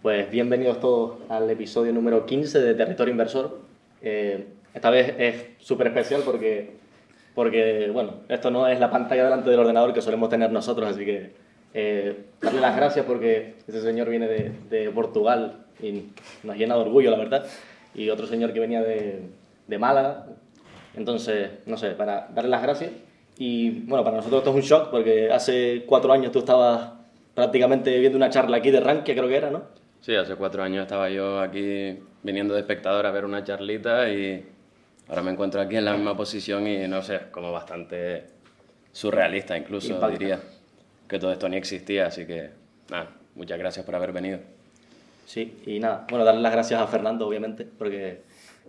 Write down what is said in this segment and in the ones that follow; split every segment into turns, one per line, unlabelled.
Pues bienvenidos todos al episodio número 15 de Territorio Inversor. Esta vez es súper especial porque, bueno, esto no es la pantalla delante del ordenador que solemos tener nosotros, así que darle las gracias porque ese señor viene de Portugal y nos llena de orgullo, la verdad, y otro señor que venía de Málaga. Entonces, no sé, para darle las gracias. Y bueno, para nosotros esto es un shock porque hace 4 años tú estabas prácticamente viendo una charla aquí de Rankia, creo que era, ¿no?
Sí, hace 4 años estaba yo aquí viniendo de espectador a ver una charlita y ahora me encuentro aquí en la misma posición y no sé, como bastante surrealista incluso,
Impacta.
diría, que todo esto ni existía, así que nada, muchas gracias por haber venido.
Sí, y nada, bueno, darle las gracias a Fernando, obviamente, porque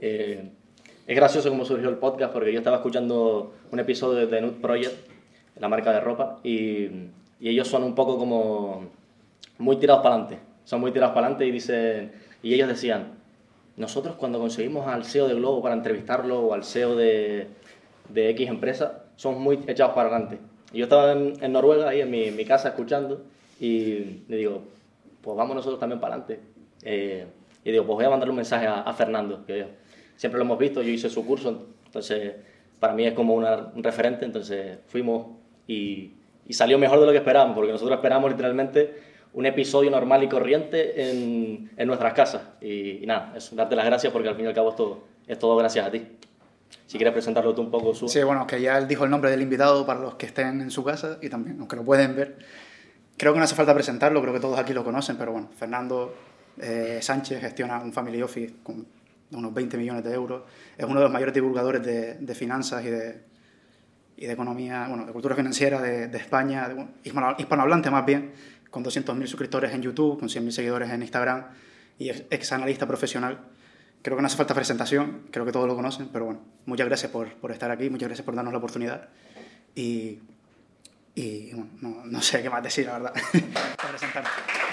es gracioso cómo surgió el podcast, porque yo estaba escuchando un episodio de The Nude Project, la marca de ropa, y ellos son un poco como muy tirados para adelante. Son muy tirados para adelante y ellos decían, nosotros cuando conseguimos al CEO de Globo para entrevistarlo o al CEO de X empresa, somos muy echados para adelante. Y yo estaba en Noruega, ahí en mi casa, escuchando, y le digo, pues vamos nosotros también para adelante. Y digo, pues voy a mandarle un mensaje a Fernando, que siempre lo hemos visto, yo hice su curso, entonces para mí es como un referente, entonces fuimos y salió mejor de lo que esperábamos, porque nosotros esperábamos literalmente un episodio normal y corriente en nuestras casas. Y nada, es darte las gracias porque al fin y al cabo es todo gracias a ti. Si quieres presentarlo tú un poco, Su.
Sí, bueno, que ya él dijo el nombre del invitado para los que estén en su casa y también, aunque lo pueden ver. Creo que no hace falta presentarlo, creo que todos aquí lo conocen, pero bueno, Fernando Sánchez gestiona un family office con unos 20 millones de euros. Es uno de los mayores divulgadores de finanzas y de economía, bueno, de cultura financiera de España, hispanohablante más bien, con 200.000 suscriptores en YouTube, con 100.000 seguidores en Instagram y ex analista profesional. Creo que no hace falta presentación, creo que todos lo conocen, pero bueno, muchas gracias por estar aquí, muchas gracias por darnos la oportunidad y bueno, no sé qué más decir, la verdad, para presentarme.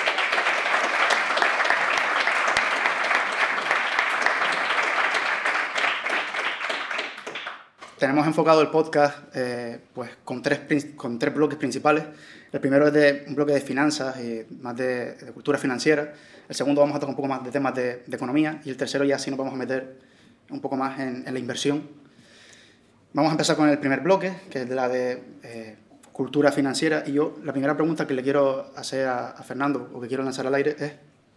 Tenemos enfocado el podcast pues con tres bloques principales. El primero es un bloque de finanzas y más de cultura financiera. El segundo vamos a tocar un poco más de temas de economía. Y el tercero ya sí nos vamos a meter un poco más en la inversión. Vamos a empezar con el primer bloque, que es la de cultura financiera. Y yo, la primera pregunta que le quiero hacer a Fernando, o que quiero lanzar al aire, es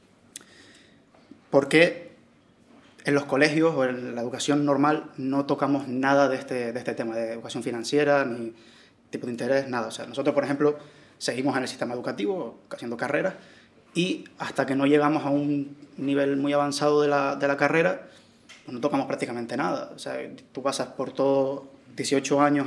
¿por qué en los colegios o en la educación normal no tocamos nada de este tema de educación financiera, ni tipo de interés, nada? O sea, nosotros, por ejemplo, seguimos en el sistema educativo, haciendo carreras, y hasta que no llegamos a un nivel muy avanzado de la carrera, pues no tocamos prácticamente nada. O sea, tú pasas por todos 18 años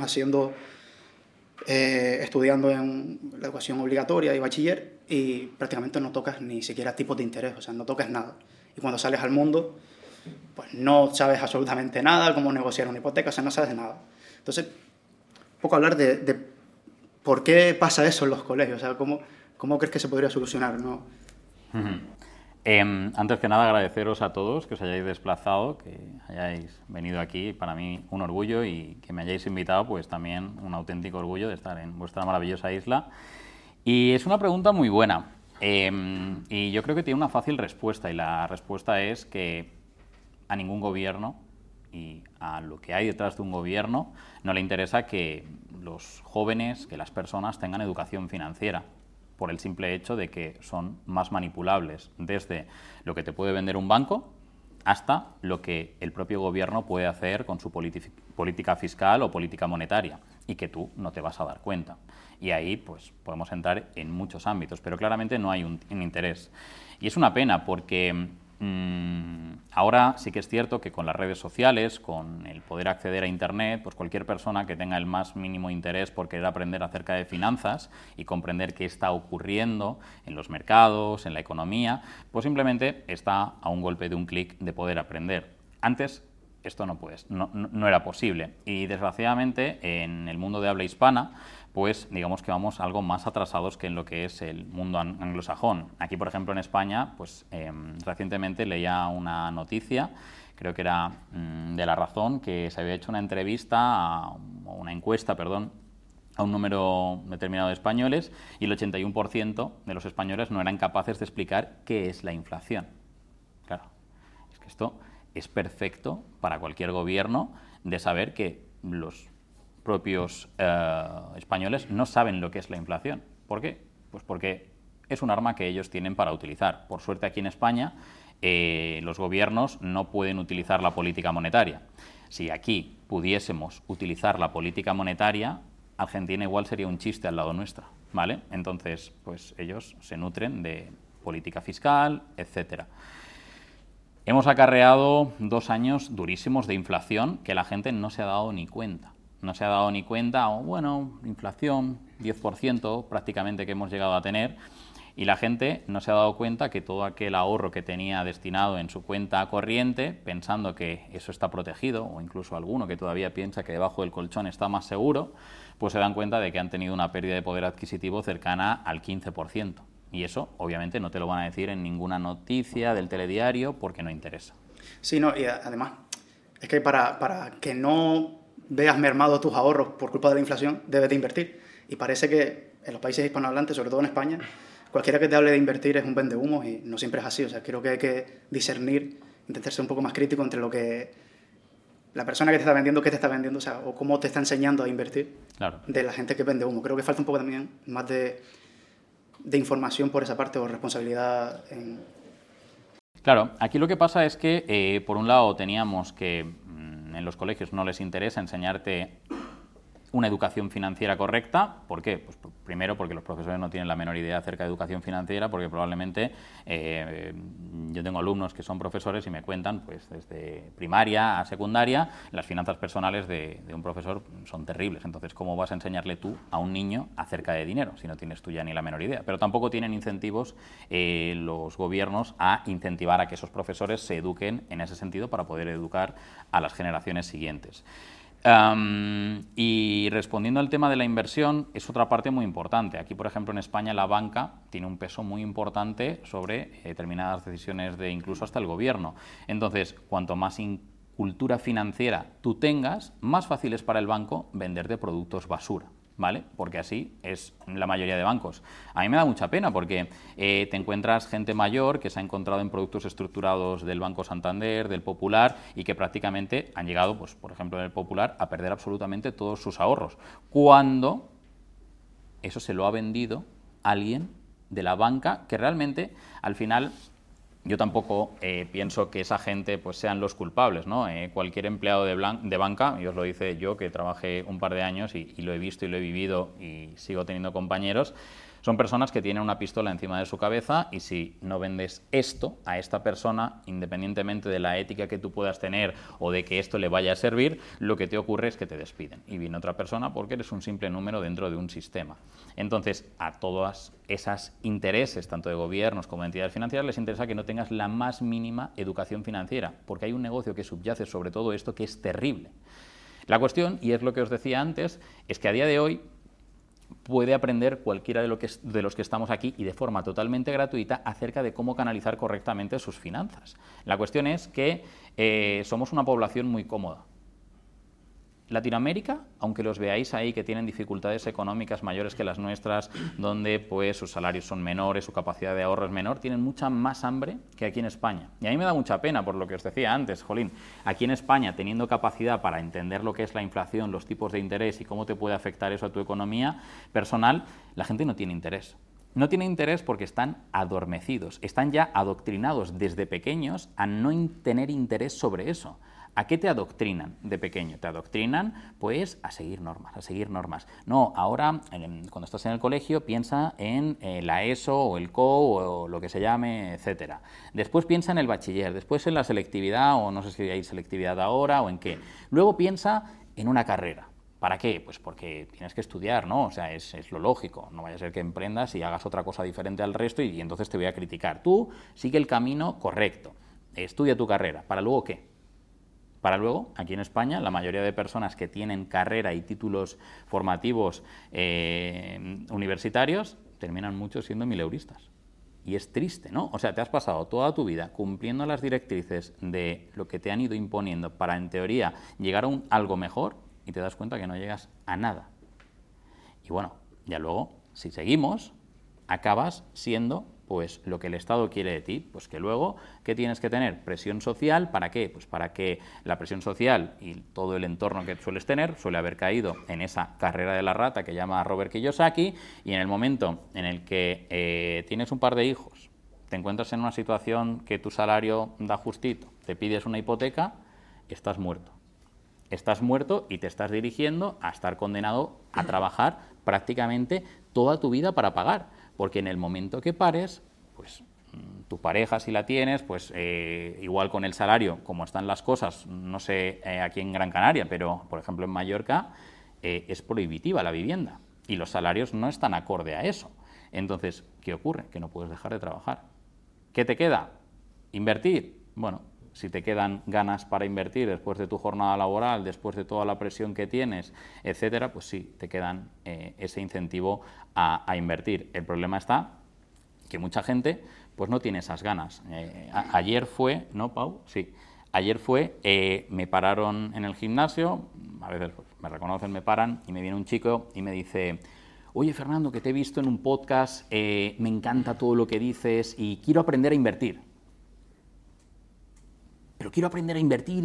estudiando en la educación obligatoria y bachiller, y prácticamente no tocas ni siquiera tipos de interés, o sea, no tocas nada. Y cuando sales al mundo, pues no sabes absolutamente nada, cómo negociar una hipoteca, o sea, no sabes de nada. Entonces, un poco hablar de por qué pasa eso en los colegios, o sea, cómo crees que se podría solucionar, ¿no?
Antes que nada, agradeceros a todos que os hayáis desplazado, que hayáis venido aquí, para mí un orgullo, y que me hayáis invitado, pues también un auténtico orgullo de estar en vuestra maravillosa isla. Y es una pregunta muy buena, y yo creo que tiene una fácil respuesta, y la respuesta es que a ningún gobierno y a lo que hay detrás de un gobierno no le interesa que los jóvenes, que las personas tengan educación financiera, por el simple hecho de que son más manipulables, desde lo que te puede vender un banco hasta lo que el propio gobierno puede hacer con su política fiscal o política monetaria, y que tú no te vas a dar cuenta. Y ahí pues podemos entrar en muchos ámbitos, pero claramente no hay un interés. Y es una pena porque ahora sí que es cierto que con las redes sociales, con el poder acceder a Internet, pues cualquier persona que tenga el más mínimo interés por querer aprender acerca de finanzas y comprender qué está ocurriendo en los mercados, en la economía, pues simplemente está a un golpe de un clic de poder aprender. Antes esto no era posible, y desgraciadamente en el mundo de habla hispana pues digamos que vamos algo más atrasados que en lo que es el mundo anglosajón. Aquí, por ejemplo, en España, pues recientemente leía una noticia, creo que era de La Razón, que se había hecho una encuesta a un número determinado de españoles y el 81% de los españoles no eran capaces de explicar qué es la inflación. Claro, es que esto es perfecto para cualquier gobierno de saber que los propios españoles no saben lo que es la inflación. ¿Por qué? Pues porque es un arma que ellos tienen para utilizar. Por suerte aquí en España los gobiernos no pueden utilizar la política monetaria. Si aquí pudiésemos utilizar la política monetaria, Argentina igual sería un chiste al lado nuestra, ¿vale? Entonces, pues ellos se nutren de política fiscal, etcétera. Hemos acarreado 2 años durísimos de inflación que la gente no se ha dado ni cuenta. No se ha dado ni cuenta, o bueno, inflación, 10% prácticamente que hemos llegado a tener, y la gente no se ha dado cuenta que todo aquel ahorro que tenía destinado en su cuenta corriente, pensando que eso está protegido, o incluso alguno que todavía piensa que debajo del colchón está más seguro, pues se dan cuenta de que han tenido una pérdida de poder adquisitivo cercana al 15%. Y eso, obviamente, no te lo van a decir en ninguna noticia del telediario porque no interesa.
Sí, no, y además, es que para que no veas mermados tus ahorros por culpa de la inflación, debes de invertir. Y parece que en los países hispanohablantes, sobre todo en España, cualquiera que te hable de invertir es un vendehumos y no siempre es así. O sea, creo que hay que discernir, intentar ser un poco más crítico entre lo que la persona que te está vendiendo, qué te está vendiendo, o sea, o cómo te está enseñando a invertir,
claro,
de la gente que vende humo. Creo que falta un poco también más de información por esa parte o responsabilidad en...
Claro, aquí lo que pasa es que, por un lado, teníamos que en los colegios no les interesa enseñarte una educación financiera correcta. ¿Por qué? Pues primero porque los profesores no tienen la menor idea acerca de educación financiera, porque probablemente yo tengo alumnos que son profesores y me cuentan, pues desde primaria a secundaria, las finanzas personales de un profesor son terribles. Entonces, ¿cómo vas a enseñarle tú a un niño acerca de dinero si no tienes tú ya ni la menor idea? Pero tampoco tienen incentivos los gobiernos a incentivar a que esos profesores se eduquen en ese sentido para poder educar a las generaciones siguientes. Y respondiendo al tema de la inversión, es otra parte muy importante. Aquí, por ejemplo, en España la banca tiene un peso muy importante sobre determinadas decisiones de incluso hasta el gobierno. Entonces, cuanto más cultura financiera tú tengas, más fácil es para el banco venderte productos basura, ¿vale? Porque así es la mayoría de bancos. A mí me da mucha pena porque te encuentras gente mayor que se ha encontrado en productos estructurados del Banco Santander, del Popular, y que prácticamente han llegado, pues, por ejemplo, en el Popular, a perder absolutamente todos sus ahorros, cuando eso se lo ha vendido alguien de la banca que realmente, al final... Yo tampoco pienso que esa gente pues sean los culpables, ¿no? Cualquier empleado de banca, y os lo dice yo que trabajé un par de años y lo he visto y lo he vivido y sigo teniendo compañeros, son personas que tienen una pistola encima de su cabeza y si no vendes esto a esta persona, independientemente de la ética que tú puedas tener o de que esto le vaya a servir, lo que te ocurre es que te despiden y viene otra persona porque eres un simple número dentro de un sistema. Entonces, a todas esas intereses, tanto de gobiernos como de entidades financieras, les interesa que no tengas la más mínima educación financiera, porque hay un negocio que subyace sobre todo esto que es terrible. La cuestión, y es lo que os decía antes, es que a día de hoy puede aprender cualquiera de los que estamos aquí y de forma totalmente gratuita acerca de cómo canalizar correctamente sus finanzas. La cuestión es que somos una población muy cómoda. Latinoamérica, aunque los veáis ahí que tienen dificultades económicas mayores que las nuestras, donde pues sus salarios son menores, su capacidad de ahorro es menor, tienen mucha más hambre que aquí en España. Y a mí me da mucha pena por lo que os decía antes, jolín, aquí en España, teniendo capacidad para entender lo que es la inflación, los tipos de interés y cómo te puede afectar eso a tu economía personal, la gente no tiene interés. No tiene interés porque están adormecidos, están ya adoctrinados desde pequeños a no tener interés sobre eso. ¿A qué te adoctrinan de pequeño? Te adoctrinan, pues, a seguir normas, a seguir normas. No, ahora, cuando estás en el colegio, piensa en la ESO o el CO o lo que se llame, etcétera. Después piensa en el bachiller, después en la selectividad, o no sé si hay selectividad ahora o en qué. Luego piensa en una carrera. ¿Para qué? Pues porque tienes que estudiar, ¿no? O sea, es lo lógico. No vaya a ser que emprendas y hagas otra cosa diferente al resto y entonces te voy a criticar. Tú sigue el camino correcto. Estudia tu carrera. ¿Para luego qué? Para luego, aquí en España, la mayoría de personas que tienen carrera y títulos formativos universitarios terminan muchos siendo mileuristas. Y es triste, ¿no? O sea, te has pasado toda tu vida cumpliendo las directrices de lo que te han ido imponiendo para, en teoría, llegar a algo mejor y te das cuenta que no llegas a nada. Y bueno, ya luego, si seguimos, acabas siendo pues lo que el Estado quiere de ti, pues que luego, ¿qué tienes que tener? Presión social, ¿para qué? Pues para que la presión social y todo el entorno que sueles tener suele haber caído en esa carrera de la rata que llama Robert Kiyosaki, y en el momento en el que tienes un par de hijos, te encuentras en una situación que tu salario da justito, te pides una hipoteca, estás muerto. Estás muerto y te estás dirigiendo a estar condenado a trabajar prácticamente toda tu vida para pagar, porque en el momento que pares, pues tu pareja, si la tienes, pues igual con el salario, como están las cosas, no sé aquí en Gran Canaria, pero por ejemplo en Mallorca es prohibitiva la vivienda y los salarios no están acorde a eso. Entonces, ¿qué ocurre? Que no puedes dejar de trabajar. ¿Qué te queda? ¿Invertir? Bueno, si te quedan ganas para invertir después de tu jornada laboral, después de toda la presión que tienes, etcétera, pues sí, te quedan ese incentivo a invertir. El problema está que mucha gente pues no tiene esas ganas. Ayer fue, ¿no, Pau? Sí. Ayer fue, me pararon en el gimnasio, a veces pues, me reconocen, me paran, y me viene un chico y me dice: oye, Fernando, que te he visto en un podcast, me encanta todo lo que dices y quiero aprender a invertir. Pero quiero aprender a invertir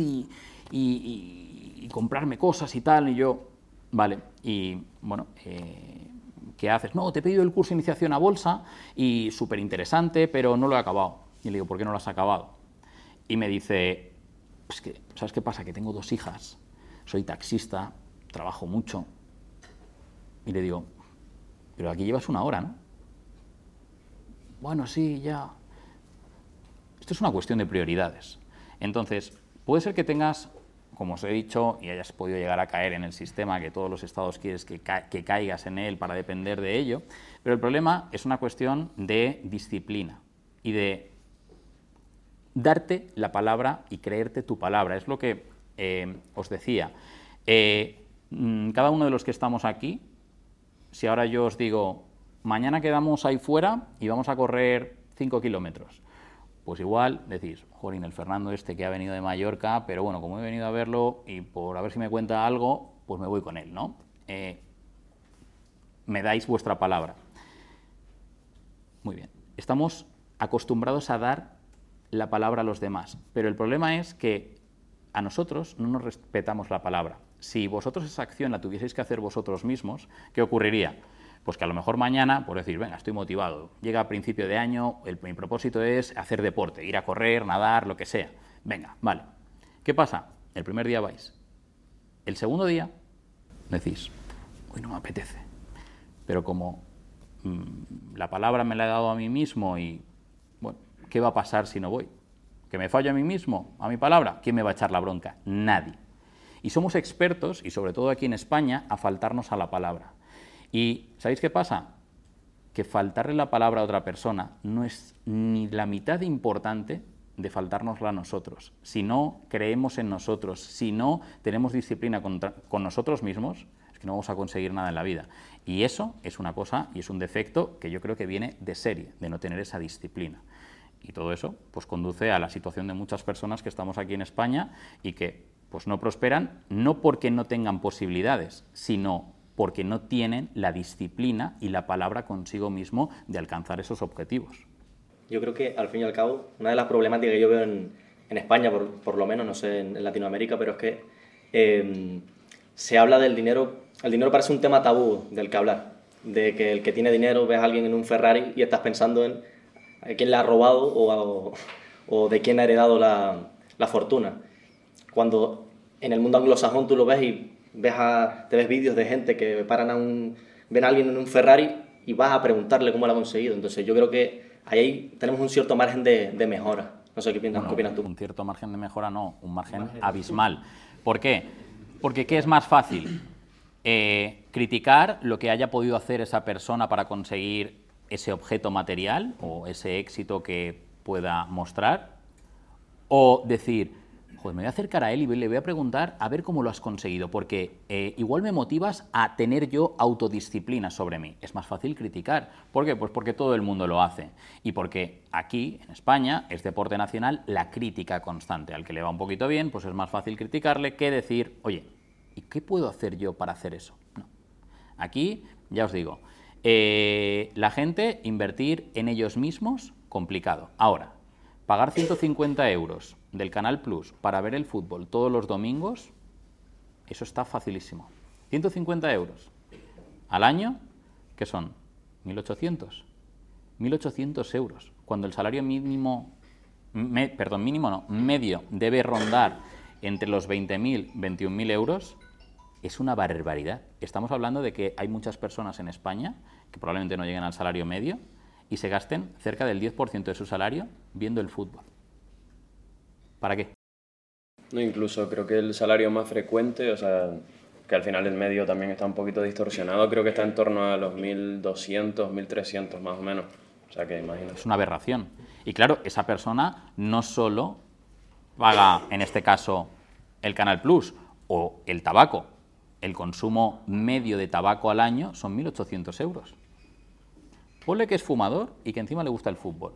y comprarme cosas y tal. Y yo, vale, y bueno, ¿qué haces? No, te he pedido el curso de iniciación a bolsa y súper interesante, pero no lo he acabado. Y le digo, ¿por qué no lo has acabado? Y me dice, pues que, ¿sabes qué pasa? Que tengo 2 hijas, soy taxista, trabajo mucho. Y le digo, pero aquí llevas 1 hora, ¿no? Bueno, sí, ya. Esto es una cuestión de prioridades. Entonces, puede ser que tengas, como os he dicho, y hayas podido llegar a caer en el sistema que todos los estados quieres que caigas en él para depender de ello, pero el problema es una cuestión de disciplina y de darte la palabra y creerte tu palabra. Es lo que os decía. Cada uno de los que estamos aquí, si ahora yo os digo, mañana quedamos ahí fuera y vamos a correr 5 kilómetros, pues igual decís, jolín, el Fernando este que ha venido de Mallorca, pero bueno, como he venido a verlo y por a ver si me cuenta algo, pues me voy con él, ¿no? Me dais vuestra palabra. Muy bien. Estamos acostumbrados a dar la palabra a los demás, pero el problema es que a nosotros no nos respetamos la palabra. Si vosotros esa acción la tuvieseis que hacer vosotros mismos, ¿qué ocurriría? Pues que a lo mejor mañana, por decir, venga, estoy motivado, llega a principio de año, mi propósito es hacer deporte, ir a correr, nadar, lo que sea. Venga, vale. ¿Qué pasa? El primer día vais. El segundo día decís, uy, no me apetece. Pero como la palabra me la he dado a mí mismo y, bueno, ¿qué va a pasar si no voy? ¿Que me fallo a mí mismo, a mi palabra? ¿Quién me va a echar la bronca? Nadie. Y somos expertos, y sobre todo aquí en España, a faltarnos a la palabra. Y ¿sabéis qué pasa? Que faltarle la palabra a otra persona no es ni la mitad de importante de faltárnosla a nosotros. Si no creemos en nosotros, si no tenemos disciplina con nosotros mismos, es que no vamos a conseguir nada en la vida. Y eso es una cosa y es un defecto que yo creo que viene de serie, de no tener esa disciplina. Y todo eso pues conduce a la situación de muchas personas que estamos aquí en España y que pues no prosperan, no porque no tengan posibilidades, sino porque no tienen la disciplina y la palabra consigo mismo de alcanzar esos objetivos.
Yo creo que, al fin y al cabo, una de las problemáticas que yo veo en España, por lo menos, no sé, en Latinoamérica, pero es que se habla del dinero. El dinero parece un tema tabú del que hablar. De que el que tiene dinero, ves a alguien en un Ferrari y estás pensando en a quién le ha robado o de quién ha heredado la fortuna. Cuando en el mundo anglosajón tú lo ves y te ves vídeos de gente que ven a alguien en un Ferrari y vas a preguntarle cómo lo ha conseguido. Entonces yo creo que ahí tenemos un cierto margen de mejora. No sé qué opinas tú.
Un cierto margen de mejora no, un margen abismal. ¿Por qué? Porque ¿qué es más fácil? Criticar lo que haya podido hacer esa persona para conseguir ese objeto material o ese éxito que pueda mostrar, o decir, joder, me voy a acercar a él y le voy a preguntar a ver cómo lo has conseguido, porque igual me motivas a tener yo autodisciplina sobre mí. Es más fácil criticar. ¿Por qué? Pues porque todo el mundo lo hace. Y porque aquí, en España, es deporte nacional la crítica constante. Al que le va un poquito bien, pues es más fácil criticarle que decir, oye, ¿y qué puedo hacer yo para hacer eso? No. Aquí ya os digo. La gente, invertir en ellos mismos, complicado. Ahora, pagar 150 euros del Canal Plus para ver el fútbol todos los domingos, eso está facilísimo. 150 euros al año, ¿qué son? 1.800. 1.800 euros. Cuando el salario mínimo, medio debe rondar entre los 20.000, 21.000 euros, es una barbaridad. Estamos hablando de que hay muchas personas en España que probablemente no lleguen al salario medio y se gasten cerca del 10% de su salario viendo el fútbol. ¿Para qué?
No, incluso creo que el salario más frecuente, o sea, que al final el medio también está un poquito distorsionado, creo que está en torno a los 1.200, 1.300 más o menos. O sea que imagínate.
Es una aberración. Y claro, esa persona no solo paga, en este caso, el Canal Plus o el tabaco. El consumo medio de tabaco al año son 1.800 euros. Ponle que es fumador y que encima le gusta el fútbol.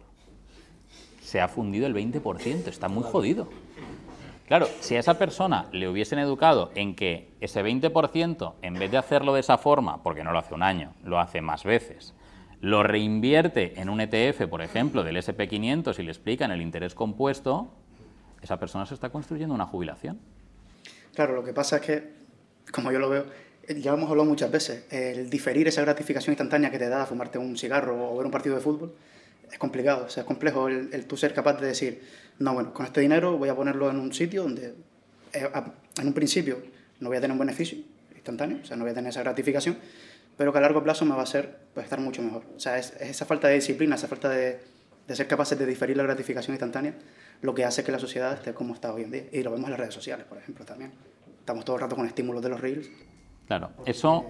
Se ha fundido el 20%, está muy jodido. Claro, si a esa persona le hubiesen educado en que ese 20%, en vez de hacerlo de esa forma, porque no lo hace un año, lo hace más veces, lo reinvierte en un ETF, por ejemplo, del SP500 y le explican el interés compuesto, esa persona se está construyendo una jubilación.
Claro, lo que pasa es que, como yo lo veo, ya hemos hablado muchas veces, el diferir esa gratificación instantánea que te da fumarte un cigarro o ver un partido de fútbol es complicado, o sea, es complejo el tú ser capaz de decir, no, bueno, con este dinero voy a ponerlo en un sitio donde en un principio no voy a tener un beneficio instantáneo, o sea, no voy a tener esa gratificación, pero que a largo plazo me va a hacer pues, estar mucho mejor. O sea, es esa falta de disciplina, esa falta de ser capaces de diferir la gratificación instantánea lo que hace que la sociedad esté como está hoy en día. Y lo vemos en las redes sociales, por ejemplo, también. Estamos todo el rato con estímulos de los reels.
Claro, eso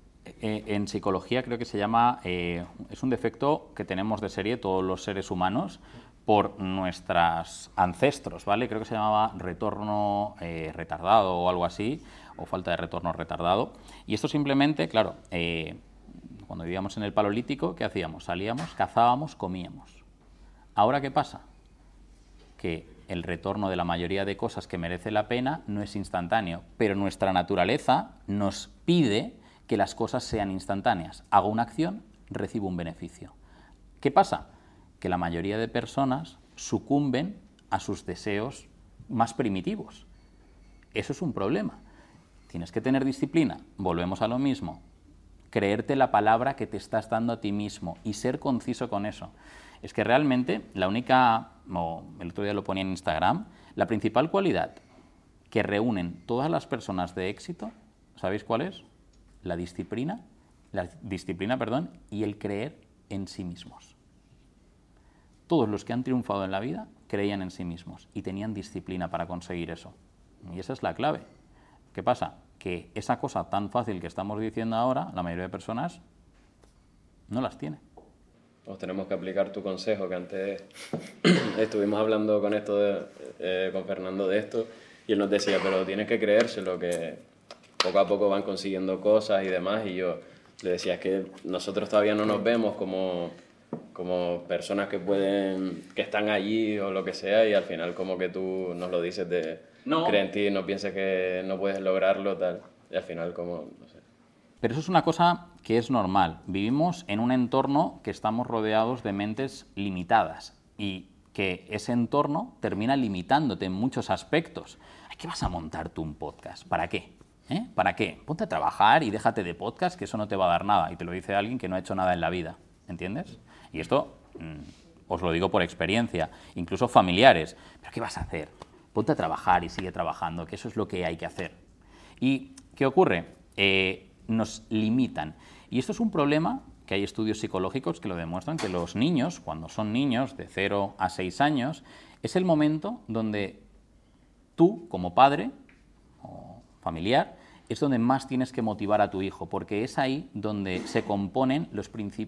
en psicología creo que se llama, es un defecto que tenemos de serie todos los seres humanos por nuestros ancestros, ¿vale? Creo que se llamaba retorno retardado o algo así, o falta de retorno retardado. Y esto simplemente, claro, cuando vivíamos en el Paleolítico, ¿qué hacíamos? Salíamos, cazábamos, comíamos. ¿Ahora qué pasa? Que el retorno de la mayoría de cosas que merece la pena no es instantáneo, pero nuestra naturaleza nos pide que las cosas sean instantáneas. Hago una acción, recibo un beneficio. ¿Qué pasa? Que la mayoría de personas sucumben a sus deseos más primitivos. Eso es un problema. Tienes que tener disciplina. Volvemos a lo mismo. Creerte la palabra que te estás dando a ti mismo y ser conciso con eso. Es que realmente la única, el otro día lo ponía en Instagram, la principal cualidad que reúnen todas las personas de éxito, ¿sabéis cuál es? La disciplina, y el creer en sí mismos. Todos los que han triunfado en la vida creían en sí mismos y tenían disciplina para conseguir eso. Y esa es la clave. ¿Qué pasa? Que esa cosa tan fácil que estamos diciendo ahora, la mayoría de personas no las tiene.
Pues tenemos que aplicar tu consejo, que antes estuvimos hablando con con Fernando de esto, y él nos decía, pero tienes que creérselo, que poco a poco van consiguiendo cosas y demás, y yo le decía, es que nosotros todavía no nos vemos como personas que están allí o lo que sea, y al final como que tú nos lo dices de cree en ti, no pienses que no puedes lograrlo, tal, y al final como, no sé.
Pero eso es una cosa que es normal. Vivimos en un entorno que estamos rodeados de mentes limitadas y que ese entorno termina limitándote en muchos aspectos. ¿A qué vas a montar tú un podcast? ¿Para qué? ¿Para qué? Ponte a trabajar y déjate de podcast, que eso no te va a dar nada. Y te lo dice alguien que no ha hecho nada en la vida. ¿Entiendes? Y esto os lo digo por experiencia, incluso familiares. ¿Pero qué vas a hacer? Ponte a trabajar y sigue trabajando, que eso es lo que hay que hacer. ¿Y qué ocurre? Nos limitan. Y esto es un problema que hay estudios psicológicos que lo demuestran, que los niños, cuando son niños de 0 a 6 años, es el momento donde tú, como padre o familiar, es donde más tienes que motivar a tu hijo, porque es ahí donde se componen los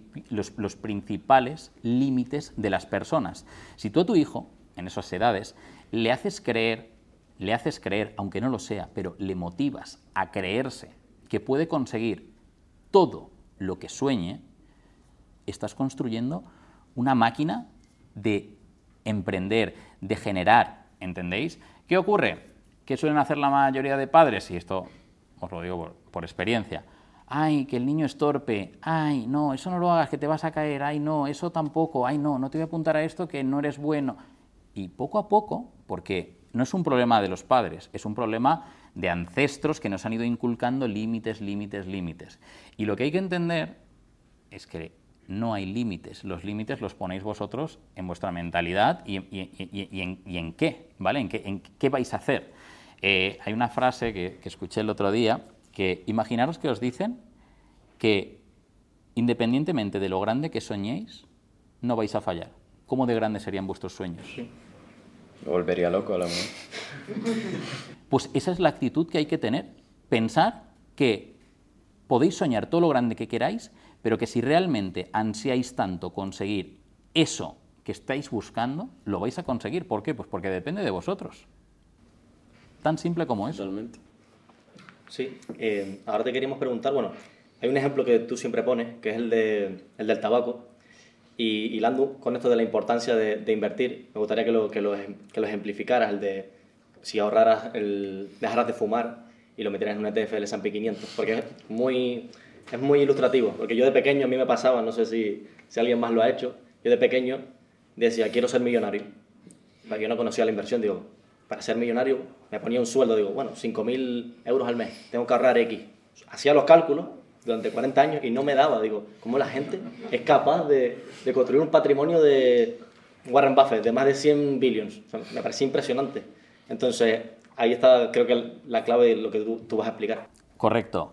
principales límites de las personas. Si tú a tu hijo, en esas edades, le haces creer, aunque no lo sea, pero le motivas a creerse que puede conseguir todo lo que sueñe, estás construyendo una máquina de emprender, de generar, ¿entendéis? ¿Qué ocurre? ¿Qué suelen hacer la mayoría de padres? Y esto os lo digo por experiencia. ay, que el niño es torpe, ay, no, eso no lo hagas, que te vas a caer, ay, no, eso tampoco, ay, no, no te voy a apuntar a esto, que no eres bueno. Y poco a poco, porque no es un problema de los padres, es un problema de ancestros que nos han ido inculcando límites, límites, límites. Y lo que hay que entender es que no hay límites, los límites los ponéis vosotros en vuestra mentalidad y en qué, ¿vale? En qué vais a hacer. Hay una frase que escuché el otro día, que imaginaros que os dicen que independientemente de lo grande que soñéis, no vais a fallar. ¿Cómo de grandes serían vuestros sueños?
Me volvería loco a lo mejor.
Pues esa es la actitud que hay que tener. Pensar que podéis soñar todo lo grande que queráis, pero que si realmente ansiáis tanto conseguir eso que estáis buscando, lo vais a conseguir. ¿Por qué? Pues porque depende de vosotros. Tan simple como eso.
Totalmente.
Sí, ahora te queríamos preguntar, bueno, hay un ejemplo que tú siempre pones, que es el del tabaco, y hilando con esto de la importancia de invertir, me gustaría que lo ejemplificaras, el de si dejaras de fumar y lo metieras en un ETF del S&P 500, porque es muy ilustrativo, porque yo de pequeño, a mí me pasaba, no sé si alguien más lo ha hecho, yo de pequeño decía, quiero ser millonario, yo no conocía la inversión, digo, para ser millonario me ponía un sueldo, digo, bueno, 5.000 euros al mes, tengo que ahorrar X. Hacía los cálculos durante 40 años y no me daba, digo, ¿cómo la gente es capaz de construir un patrimonio de Warren Buffett de más de 100 billions? O sea, me parecía impresionante. Entonces, ahí está, creo que la clave de lo que tú vas a explicar.
Correcto.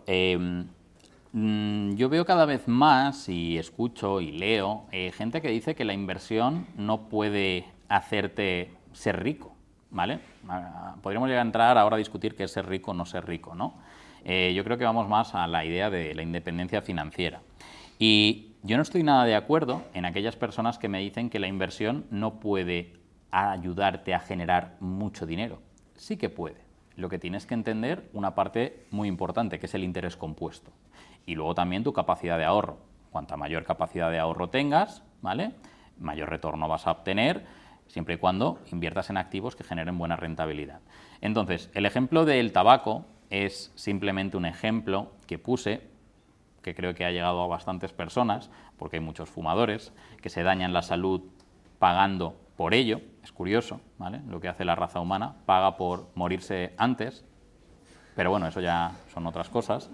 Yo veo cada vez más y escucho y leo gente que dice que la inversión no puede hacerte ser rico. ¿Vale? Podríamos llegar a entrar ahora a discutir qué es ser rico o no ser rico, ¿no? Yo creo que vamos más a la idea de la independencia financiera. Y yo no estoy nada de acuerdo en aquellas personas que me dicen que la inversión no puede ayudarte a generar mucho dinero. Sí que puede. Lo que tienes que entender, una parte muy importante, que es el interés compuesto. Y luego también tu capacidad de ahorro. Cuanta mayor capacidad de ahorro tengas, ¿vale?, mayor retorno vas a obtener, siempre y cuando inviertas en activos que generen buena rentabilidad. Entonces, el ejemplo del tabaco es simplemente un ejemplo que puse, que creo que ha llegado a bastantes personas, porque hay muchos fumadores que se dañan la salud pagando por ello. Es curioso, ¿vale?, lo que hace la raza humana, paga por morirse antes, pero bueno, eso ya son otras cosas.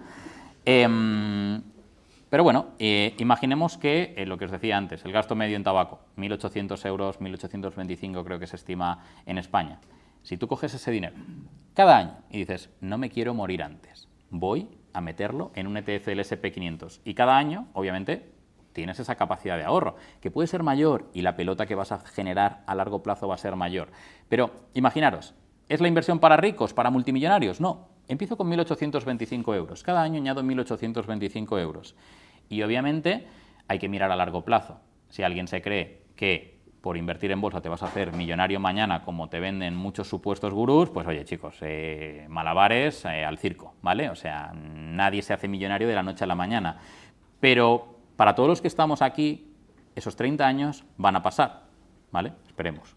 Pero bueno, imaginemos que, lo que os decía antes, el gasto medio en tabaco, 1.800 euros, 1.825 creo que se estima en España. Si tú coges ese dinero cada año y dices, no me quiero morir antes, voy a meterlo en un ETF del S&P 500. Y cada año, obviamente, tienes esa capacidad de ahorro, que puede ser mayor y la pelota que vas a generar a largo plazo va a ser mayor. Pero imaginaros, ¿es la inversión para ricos, para multimillonarios? No. Empiezo con 1.825 euros. Cada año añado 1.825 euros. Y obviamente hay que mirar a largo plazo. Si alguien se cree que por invertir en bolsa te vas a hacer millonario mañana, como te venden muchos supuestos gurús, pues oye chicos, malabares al circo, ¿vale? O sea, nadie se hace millonario de la noche a la mañana. Pero para todos los que estamos aquí, esos 30 años van a pasar, ¿vale? Esperemos.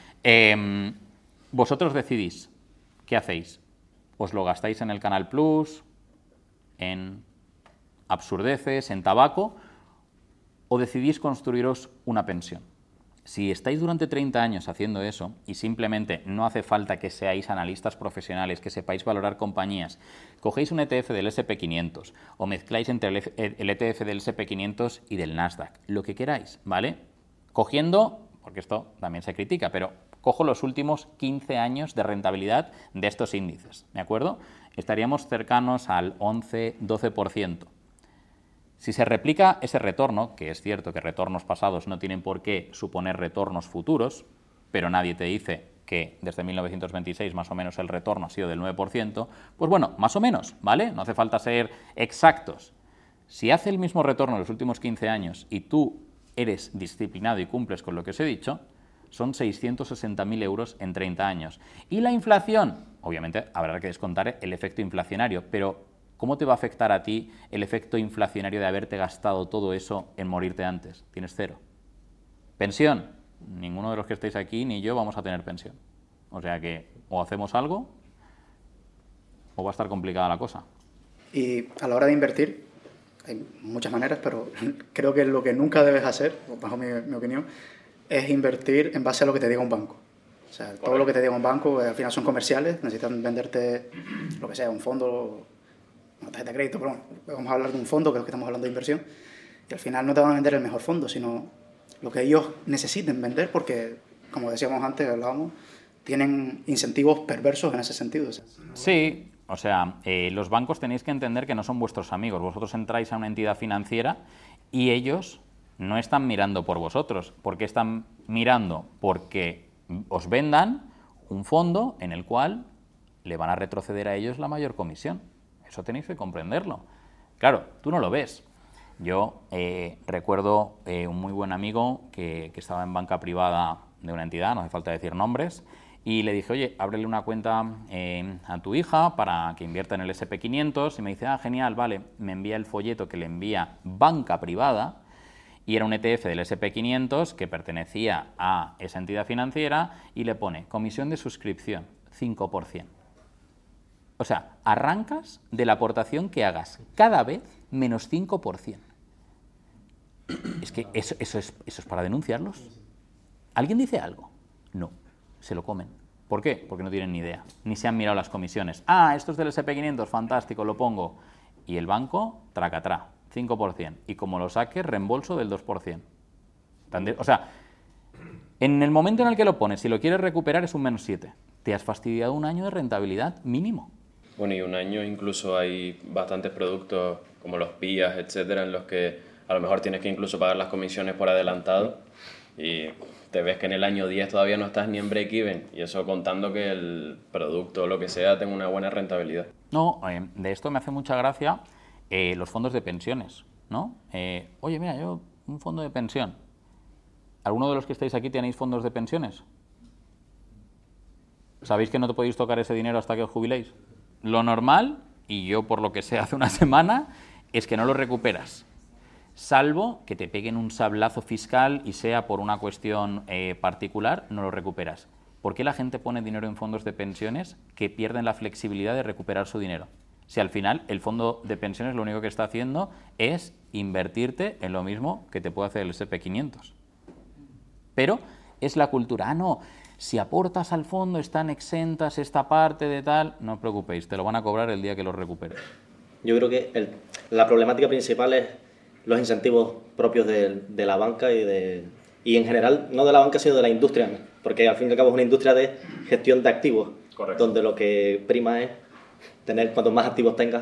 Vosotros decidís, ¿qué hacéis? ¿Os lo gastáis en el Canal Plus, en absurdeces, en tabaco, o decidís construiros una pensión? Si estáis durante 30 años haciendo eso, y simplemente no hace falta que seáis analistas profesionales, que sepáis valorar compañías, cogéis un ETF del S&P 500 o mezcláis entre el ETF del S&P 500 y del Nasdaq, lo que queráis, ¿vale? Cogiendo, porque esto también se critica, pero cojo los últimos 15 años de rentabilidad de estos índices, ¿de acuerdo? Estaríamos cercanos al 11-12%. Si se replica ese retorno, que es cierto que retornos pasados no tienen por qué suponer retornos futuros, pero nadie te dice que desde 1926 más o menos el retorno ha sido del 9%, pues bueno, más o menos, ¿vale? No hace falta ser exactos. Si hace el mismo retorno en los últimos 15 años y tú eres disciplinado y cumples con lo que os he dicho, son 660.000 euros en 30 años. Y la inflación, obviamente habrá que descontar el efecto inflacionario, pero ¿cómo te va a afectar a ti el efecto inflacionario de haberte gastado todo eso en morirte antes? Tienes cero. Pensión. Ninguno de los que estáis aquí ni yo vamos a tener pensión. O sea que o hacemos algo o va a estar complicada la cosa.
Y a la hora de invertir, hay muchas maneras, pero creo que lo que nunca debes hacer, bajo mi opinión, es invertir en base a lo que te diga un banco. O sea, todo lo que te diga un banco al final son comerciales, necesitan venderte lo que sea, un fondo, una tarjeta de crédito, pero bueno, vamos a hablar de un fondo, que es lo que estamos hablando de inversión, y al final no te van a vender el mejor fondo, sino lo que ellos necesiten vender, porque, como decíamos antes, hablábamos, tienen incentivos perversos en ese sentido.
Sí, o sea, los bancos tenéis que entender que no son vuestros amigos. Vosotros entráis a una entidad financiera y ellos no están mirando por vosotros. ¿Por qué están mirando? Porque os vendan un fondo en el cual le van a retroceder a ellos la mayor comisión. Eso tenéis que comprenderlo. Claro, tú no lo ves. Yo recuerdo un muy buen amigo que estaba en banca privada de una entidad, no hace falta decir nombres, y le dije, oye, ábrele una cuenta a tu hija para que invierta en el SP500, y me dice, genial, vale, me envía el folleto que le envía banca privada, y era un ETF del SP500 que pertenecía a esa entidad financiera, y le pone, comisión de suscripción, 5%. O sea, arrancas de la aportación que hagas cada vez menos 5%. Es que eso es para denunciarlos. ¿Alguien dice algo? No, se lo comen. ¿Por qué? Porque no tienen ni idea, ni se han mirado las comisiones. Esto es del SP500, fantástico, lo pongo. Y el banco, tracatrá, 5%. Y como lo saques, reembolso del 2%. O sea, en el momento en el que lo pones, si lo quieres recuperar, es un menos 7. Te has fastidiado un año de rentabilidad mínimo.
Bueno, y un año incluso hay bastantes productos como los PIAs, etcétera, en los que a lo mejor tienes que incluso pagar las comisiones por adelantado y te ves que en el año 10 todavía no estás ni en break-even, y eso contando que el producto o lo que sea tenga una buena rentabilidad.
No, de esto me hace mucha gracia los fondos de pensiones, ¿no? Oye, mira, yo un fondo de pensión. ¿Alguno de los que estáis aquí tenéis fondos de pensiones? ¿Sabéis que no te podéis tocar ese dinero hasta que os jubiléis? Lo normal, y yo por lo que sé hace una semana, es que no lo recuperas. Salvo que te peguen un sablazo fiscal y sea por una cuestión particular, no lo recuperas. ¿Por qué la gente pone dinero en fondos de pensiones que pierden la flexibilidad de recuperar su dinero? Si al final el fondo de pensiones lo único que está haciendo es invertirte en lo mismo que te puede hacer el SP500. Pero es la cultura. No, si aportas al fondo están exentas esta parte de tal, no os preocupéis, te lo van a cobrar el día que lo recuperes.
Yo creo que la problemática principal es los incentivos propios de la banca y en general, no de la banca, sino de la industria, porque al fin y al cabo es una industria de gestión de activos. Correcto. Donde lo que prima es tener, cuantos más activos tengas,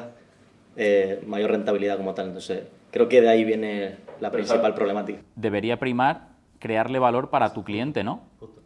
mayor rentabilidad como tal. Entonces, creo que de ahí viene la principal problemática.
Debería primar crearle valor para tu cliente, ¿no? Justo.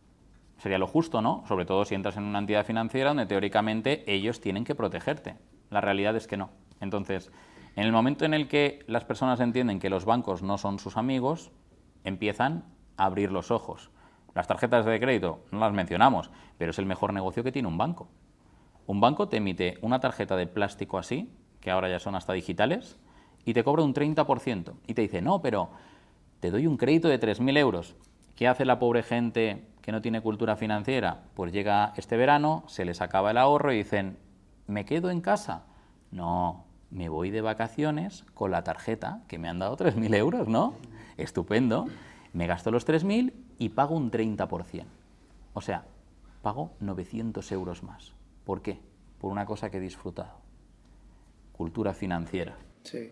Sería lo justo, ¿no? Sobre todo si entras en una entidad financiera donde teóricamente ellos tienen que protegerte. La realidad es que no. Entonces, en el momento en el que las personas entienden que los bancos no son sus amigos, empiezan a abrir los ojos. Las tarjetas de crédito no las mencionamos, pero es el mejor negocio que tiene un banco. Un banco te emite una tarjeta de plástico así, que ahora ya son hasta digitales, y te cobra un 30%. Y te dice, no, pero te doy un crédito de 3.000 euros. ¿Qué hace la pobre gente que no tiene cultura financiera? Pues llega este verano, se les acaba el ahorro y dicen, ¿me quedo en casa? No, me voy de vacaciones con la tarjeta que me han dado 3.000 euros, ¿no? Estupendo. Me gasto los 3.000 y pago un 30%. O sea, pago 900 euros más. ¿Por qué? Por una cosa que he disfrutado. Cultura financiera.
Sí,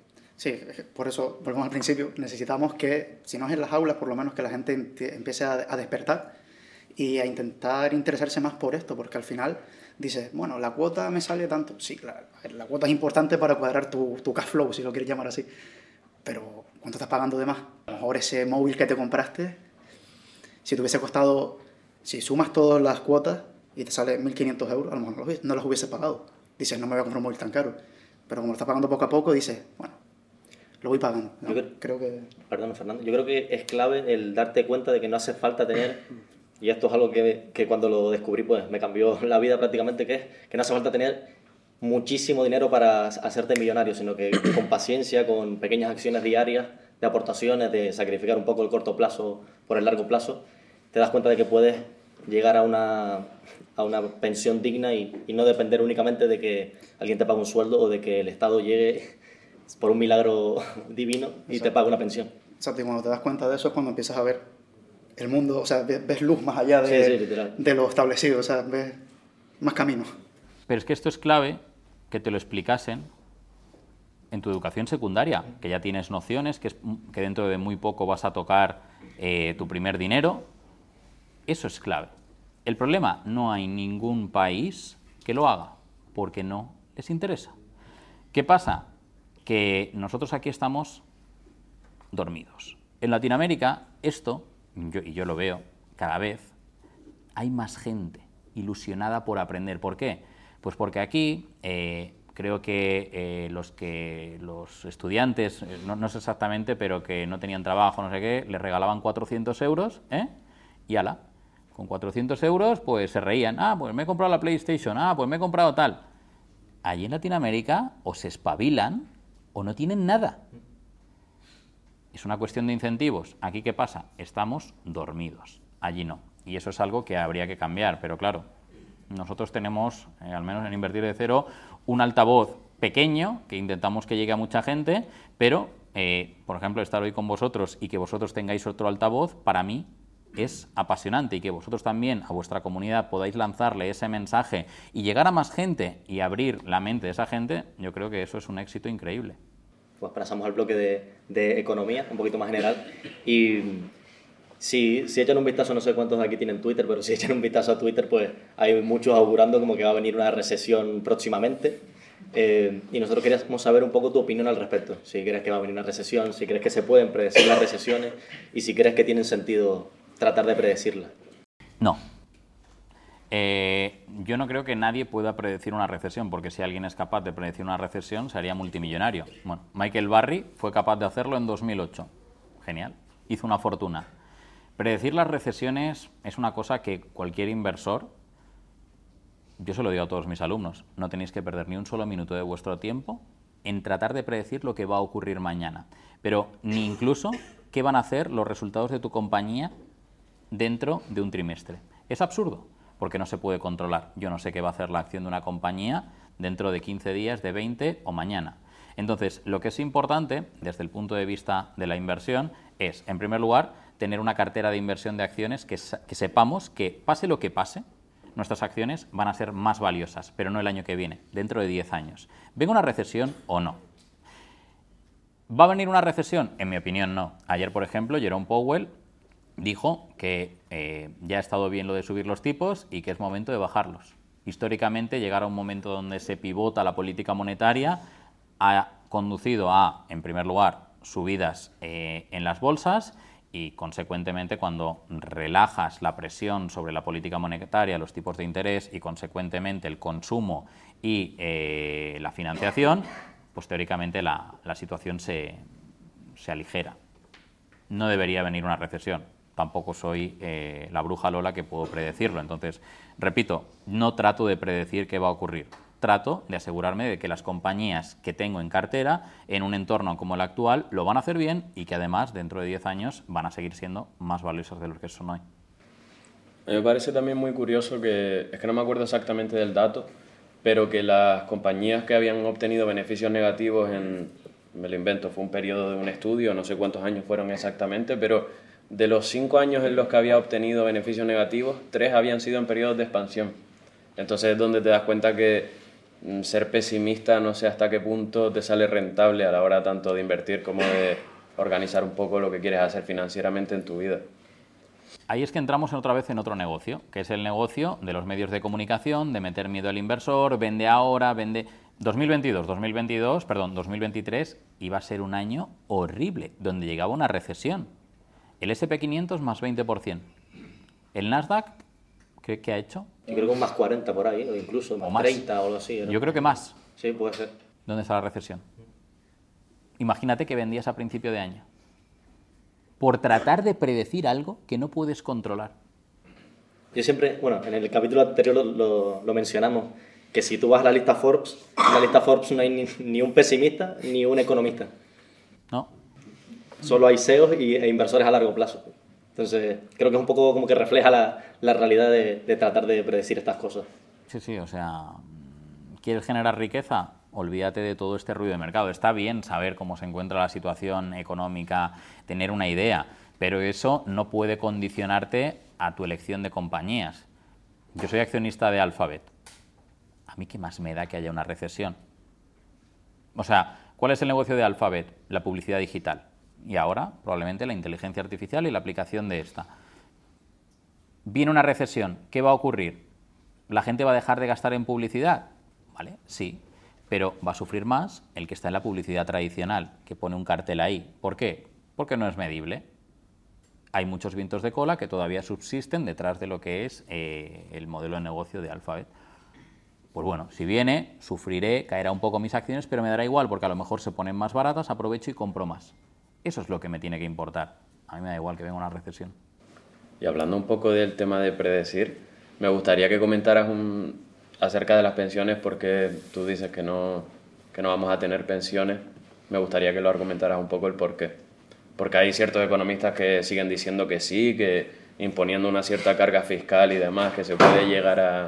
por eso, volvemos al principio, necesitamos que, si no es en las aulas, por lo menos que la gente empiece a despertar y a intentar interesarse más por esto, porque al final dices, bueno, la cuota me sale tanto. Sí, claro, la cuota es importante para cuadrar tu cash flow, si lo quieres llamar así. Pero, ¿cuánto estás pagando de más? A lo mejor ese móvil que te compraste, si te hubiese costado, si sumas todas las cuotas y te sale 1.500 euros, a lo mejor no los hubiese pagado. Dices, no me voy a comprar un móvil tan caro. Pero como lo estás pagando poco a poco, dices, bueno, lo voy pagando. ¿No? Creo que...
Perdón, Fernando. Yo creo que es clave el darte cuenta de que no hace falta tener, y esto es algo que cuando lo descubrí pues me cambió la vida prácticamente, que no hace falta tener muchísimo dinero para hacerte millonario, sino que con paciencia, con pequeñas acciones diarias, de aportaciones, de sacrificar un poco el corto plazo por el largo plazo, te das cuenta de que puedes llegar a una pensión digna y no depender únicamente de que alguien te pague un sueldo o de que el Estado llegue por un milagro divino y te paga una pensión.
Exacto, y cuando te das cuenta de eso es cuando empiezas a ver el mundo, o sea, ves luz más allá
literal.
de lo establecido, o sea, ves más caminos.
Pero es que esto es clave que te lo explicasen en tu educación secundaria, que ya tienes nociones, que dentro de muy poco vas a tocar tu primer dinero. Eso es clave. El problema, no hay ningún país que lo haga, porque no les interesa. ¿Qué pasa? Que nosotros aquí estamos dormidos. En Latinoamérica, esto, y yo lo veo cada vez, hay más gente ilusionada por aprender. ¿Por qué? Pues porque aquí creo que los estudiantes, no sé exactamente, pero que no tenían trabajo, no sé qué, les regalaban 400 euros, y ala, con 400 euros pues se reían. Ah, pues me he comprado la PlayStation, pues me he comprado tal. Allí en Latinoamérica o se espabilan o no tienen nada. Es una cuestión de incentivos. Aquí, ¿qué pasa? Estamos dormidos. Allí no. Y eso es algo que habría que cambiar. Pero claro, nosotros tenemos, al menos en Invertir de Cero, un altavoz pequeño que intentamos que llegue a mucha gente, pero, por ejemplo, estar hoy con vosotros y que vosotros tengáis otro altavoz, para mí es apasionante, y que vosotros también a vuestra comunidad podáis lanzarle ese mensaje y llegar a más gente y abrir la mente de esa gente, yo creo que eso es un éxito increíble.
Pues pasamos al bloque de economía, un poquito más general. Y si echan un vistazo, no sé cuántos de aquí tienen Twitter, pero si echan un vistazo a Twitter, pues hay muchos augurando como que va a venir una recesión próximamente. Y nosotros queríamos saber un poco tu opinión al respecto. Si crees que va a venir una recesión, si crees que se pueden predecir las recesiones y si crees que tienen sentido tratar de predecirla.
No. Yo no creo que nadie pueda predecir una recesión, porque si alguien es capaz de predecir una recesión, sería multimillonario. Bueno, Michael Burry fue capaz de hacerlo en 2008. Genial. Hizo una fortuna. Predecir las recesiones es una cosa que cualquier inversor, yo se lo digo a todos mis alumnos, no tenéis que perder ni un solo minuto de vuestro tiempo en tratar de predecir lo que va a ocurrir mañana. Pero ni incluso qué van a hacer los resultados de tu compañía dentro de un trimestre. Es absurdo, porque no se puede controlar. Yo no sé qué va a hacer la acción de una compañía dentro de 15 días, de 20 o mañana. Entonces, lo que es importante desde el punto de vista de la inversión es, en primer lugar, tener una cartera de inversión de acciones que sepamos que, pase lo que pase, nuestras acciones van a ser más valiosas, pero no el año que viene, dentro de 10 años. ¿Venga una recesión o no? ¿Va a venir una recesión? En mi opinión, no. Ayer, por ejemplo, Jerome Powell dijo que ya ha estado bien lo de subir los tipos y que es momento de bajarlos. Históricamente, llegar a un momento donde se pivota la política monetaria ha conducido a, en primer lugar, subidas en las bolsas y, consecuentemente, cuando relajas la presión sobre la política monetaria, los tipos de interés y, consecuentemente, el consumo y la financiación, pues teóricamente la situación se aligera. No debería venir una recesión. Tampoco soy la bruja Lola que puedo predecirlo. Entonces, repito, no trato de predecir qué va a ocurrir. Trato de asegurarme de que las compañías que tengo en cartera, en un entorno como el actual, lo van a hacer bien y que además, dentro de 10 años, van a seguir siendo más valiosas de lo que son hoy.
Me parece también muy curioso que, es que no me acuerdo exactamente del dato, pero que las compañías que habían obtenido beneficios negativos me lo invento, fue un periodo de un estudio, no sé cuántos años fueron exactamente, pero de los 5 años en los que había obtenido beneficios negativos, 3 habían sido en periodos de expansión. Entonces es donde te das cuenta que ser pesimista no sé hasta qué punto te sale rentable a la hora tanto de invertir como de organizar un poco lo que quieres hacer financieramente en tu vida.
Ahí es que entramos otra vez en otro negocio, que es el negocio de los medios de comunicación, de meter miedo al inversor, vende ahora, vende... 2023 iba a ser un año horrible, donde llegaba una recesión. El S&P 500 más 20%. El Nasdaq, ¿qué ha hecho?
Yo creo que un más 40 por ahí, o incluso más 30 o algo así, ¿no?
Yo creo que más.
Sí, puede ser.
¿Dónde está la recesión? Imagínate que vendías a principio de año. Por tratar de predecir algo que no puedes controlar.
Yo siempre, bueno, en el capítulo anterior lo mencionamos, que si tú vas a la lista Forbes, en la lista Forbes no hay ni un pesimista ni un economista.
No.
Solo hay CEOs e inversores a largo plazo. Entonces, creo que es un poco como que refleja la realidad de tratar de predecir estas cosas.
Sí, o sea, ¿quieres generar riqueza? olvídate de todo este ruido de mercado. Está bien saber cómo se encuentra la situación económica, tener una idea, pero eso no puede condicionarte a tu elección de compañías. Yo soy accionista de Alphabet. ¿A mí qué más me da que haya una recesión? O sea, ¿cuál es el negocio de Alphabet? La publicidad digital. Y ahora, probablemente, la inteligencia artificial y la aplicación de esta. Viene una recesión, ¿qué va a ocurrir? ¿La gente va a dejar de gastar en publicidad? ¿Vale? Sí, pero va a sufrir más el que está en la publicidad tradicional, que pone un cartel ahí. ¿Por qué? Porque no es medible. Hay muchos vientos de cola que todavía subsisten detrás de lo que es el modelo de negocio de Alphabet. Pues bueno, si viene, sufriré, caerá un poco mis acciones, pero me dará igual, porque a lo mejor se ponen más baratas, aprovecho y compro más. Eso es lo que me tiene que importar. A mí me da igual que venga una recesión.
Y hablando un poco del tema de predecir, me gustaría que comentaras acerca de las pensiones, porque tú dices que no vamos a tener pensiones. Me gustaría que lo argumentaras un poco el por qué. Porque hay ciertos economistas que siguen diciendo que sí, que imponiendo una cierta carga fiscal y demás, que se puede llegar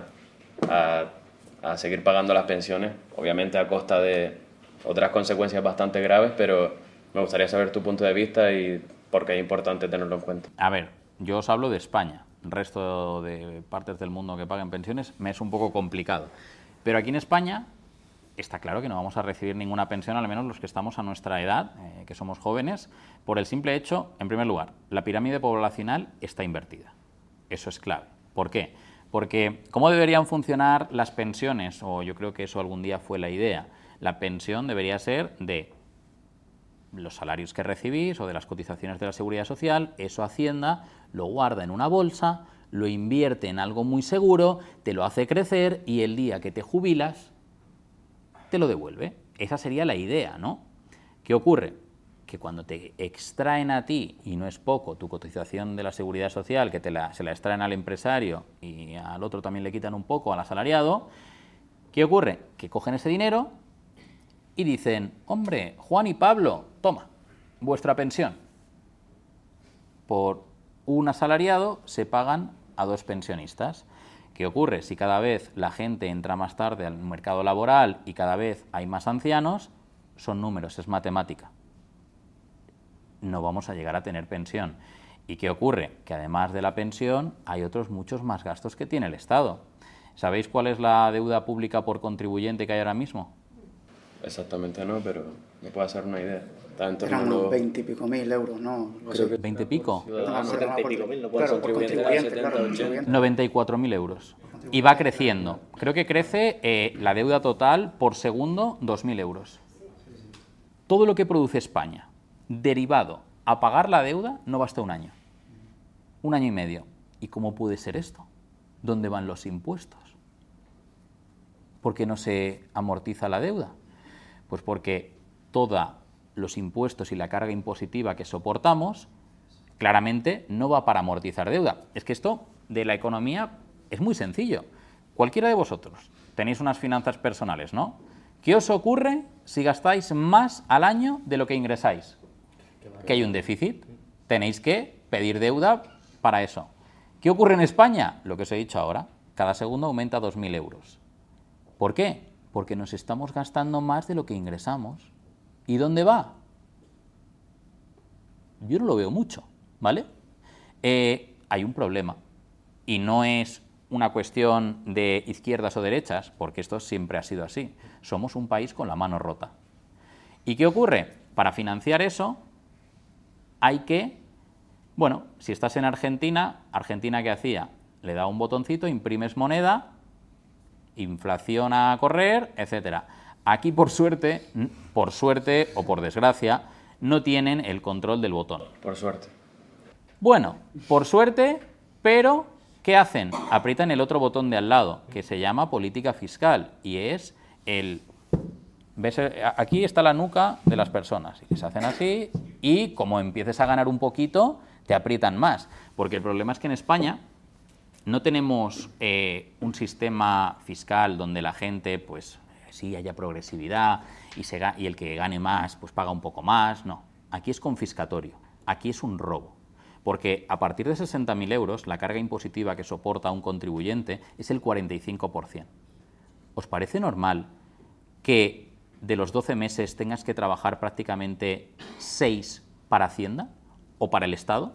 a seguir pagando las pensiones, obviamente a costa de otras consecuencias bastante graves, pero me gustaría saber tu punto de vista y por qué es importante tenerlo en cuenta.
A ver, yo os hablo de España. El resto de partes del mundo que paguen pensiones me es un poco complicado. Pero aquí en España está claro que no vamos a recibir ninguna pensión, al menos los que estamos a nuestra edad, que somos jóvenes, por el simple hecho, en primer lugar, la pirámide poblacional está invertida. Eso es clave. ¿Por qué? Porque ¿cómo deberían funcionar las pensiones? O yo creo que eso algún día fue la idea. La pensión debería ser de los salarios que recibís o de las cotizaciones de la Seguridad Social, eso Hacienda lo guarda en una bolsa, lo invierte en algo muy seguro, te lo hace crecer y el día que te jubilas te lo devuelve. Esa sería la idea, ¿no? ¿Qué ocurre? Que cuando te extraen a ti, y no es poco, tu cotización de la Seguridad Social, que se la extraen al empresario y al otro también le quitan un poco, al asalariado, ¿qué ocurre? Que cogen ese dinero y dicen, hombre, Juan y Pablo, toma, vuestra pensión. Por un asalariado se pagan a 2 pensionistas. ¿Qué ocurre? Si cada vez la gente entra más tarde al mercado laboral y cada vez hay más ancianos, son números, es matemática. No vamos a llegar a tener pensión. ¿Y qué ocurre? Que además de la pensión hay otros muchos más gastos que tiene el Estado. ¿Sabéis cuál es la deuda pública por contribuyente que hay ahora mismo?
Exactamente no, pero me puedo hacer una idea.
Eran unos 20 y pico mil euros, ¿no?
Creo que
20 y pico.
70 y pico mil, no puede ser.
Contribuyente,
94.000 euros. Y va creciendo. Creo que crece la deuda total por segundo 2.000 euros. Todo lo que produce España, derivado a pagar la deuda, no basta un año. 1 año y medio. ¿Y cómo puede ser esto? ¿Dónde van los impuestos? ¿Por qué no se amortiza la deuda? Pues porque todos los impuestos y la carga impositiva que soportamos, claramente no va para amortizar deuda. Es que esto de la economía es muy sencillo. Cualquiera de vosotros tenéis unas finanzas personales, ¿no? ¿Qué os ocurre si gastáis más al año de lo que ingresáis? Que hay un déficit. Tenéis que pedir deuda para eso. ¿Qué ocurre en España? Lo que os he dicho ahora. Cada segundo aumenta 2.000 euros. ¿Por qué? Porque nos estamos gastando más de lo que ingresamos. ¿Y dónde va? Yo no lo veo mucho, ¿vale? Hay un problema. Y no es una cuestión de izquierdas o derechas, porque esto siempre ha sido así. Somos un país con la mano rota. ¿Y qué ocurre? Para financiar eso hay que, bueno, si estás en Argentina, ¿Argentina qué hacía? Le da un botoncito, imprimes moneda, inflación a correr, etcétera. Aquí, por suerte o por desgracia, no tienen el control del botón.
Por suerte.
Bueno, por suerte, pero ¿qué hacen? Aprietan el otro botón de al lado, que se llama política fiscal, y es el... ¿Ves? Aquí está la nuca de las personas, y se hacen así, y como empieces a ganar un poquito, te aprietan más. Porque el problema es que en España no tenemos un sistema fiscal donde la gente, pues sí, haya progresividad y el que gane más, pues paga un poco más. No, aquí es confiscatorio, aquí es un robo. Porque a partir de 60.000 euros, la carga impositiva que soporta un contribuyente es el 45%. ¿Os parece normal que de los 12 meses tengas que trabajar prácticamente 6 para Hacienda o para el Estado?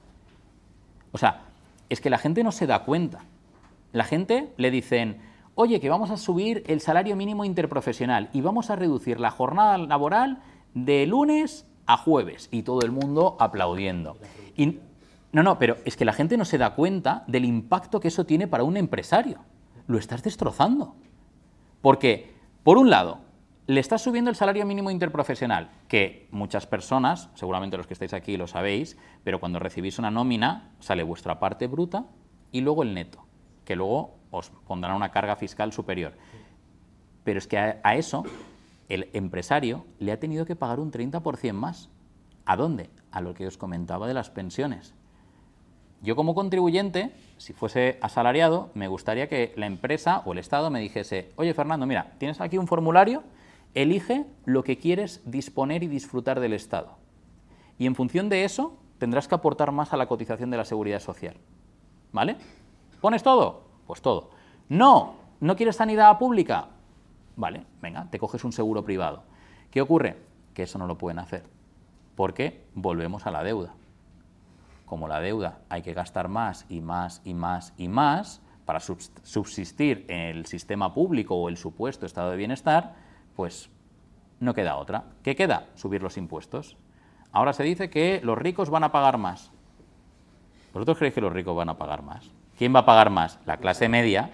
O sea, es que la gente no se da cuenta. La gente le dicen, oye, que vamos a subir el salario mínimo interprofesional y vamos a reducir la jornada laboral de lunes a jueves. Y todo el mundo aplaudiendo. Y, no, pero es que la gente no se da cuenta del impacto que eso tiene para un empresario. Lo estás destrozando. Porque, por un lado, le estás subiendo el salario mínimo interprofesional, que muchas personas, seguramente los que estáis aquí lo sabéis, pero cuando recibís una nómina sale vuestra parte bruta y luego el neto, que luego os pondrán una carga fiscal superior. Pero es que a eso el empresario le ha tenido que pagar un 30% más. ¿A dónde? A lo que os comentaba de las pensiones. Yo como contribuyente, si fuese asalariado, me gustaría que la empresa o el Estado me dijese, oye Fernando, mira, tienes aquí un formulario, elige lo que quieres disponer y disfrutar del Estado. Y en función de eso, tendrás que aportar más a la cotización de la Seguridad Social. ¿Vale? ¿Pones todo? Pues todo. No quieres sanidad pública. Vale, venga, te coges un seguro privado. ¿Qué ocurre? Que eso no lo pueden hacer. Porque volvemos a la deuda. Como la deuda hay que gastar más y más y más y más para subsistir en el sistema público o el supuesto estado de bienestar, pues no queda otra. ¿Qué queda? Subir los impuestos. Ahora se dice que los ricos van a pagar más. ¿Vosotros creéis que los ricos van a pagar más? ¿Quién va a pagar más? La clase media.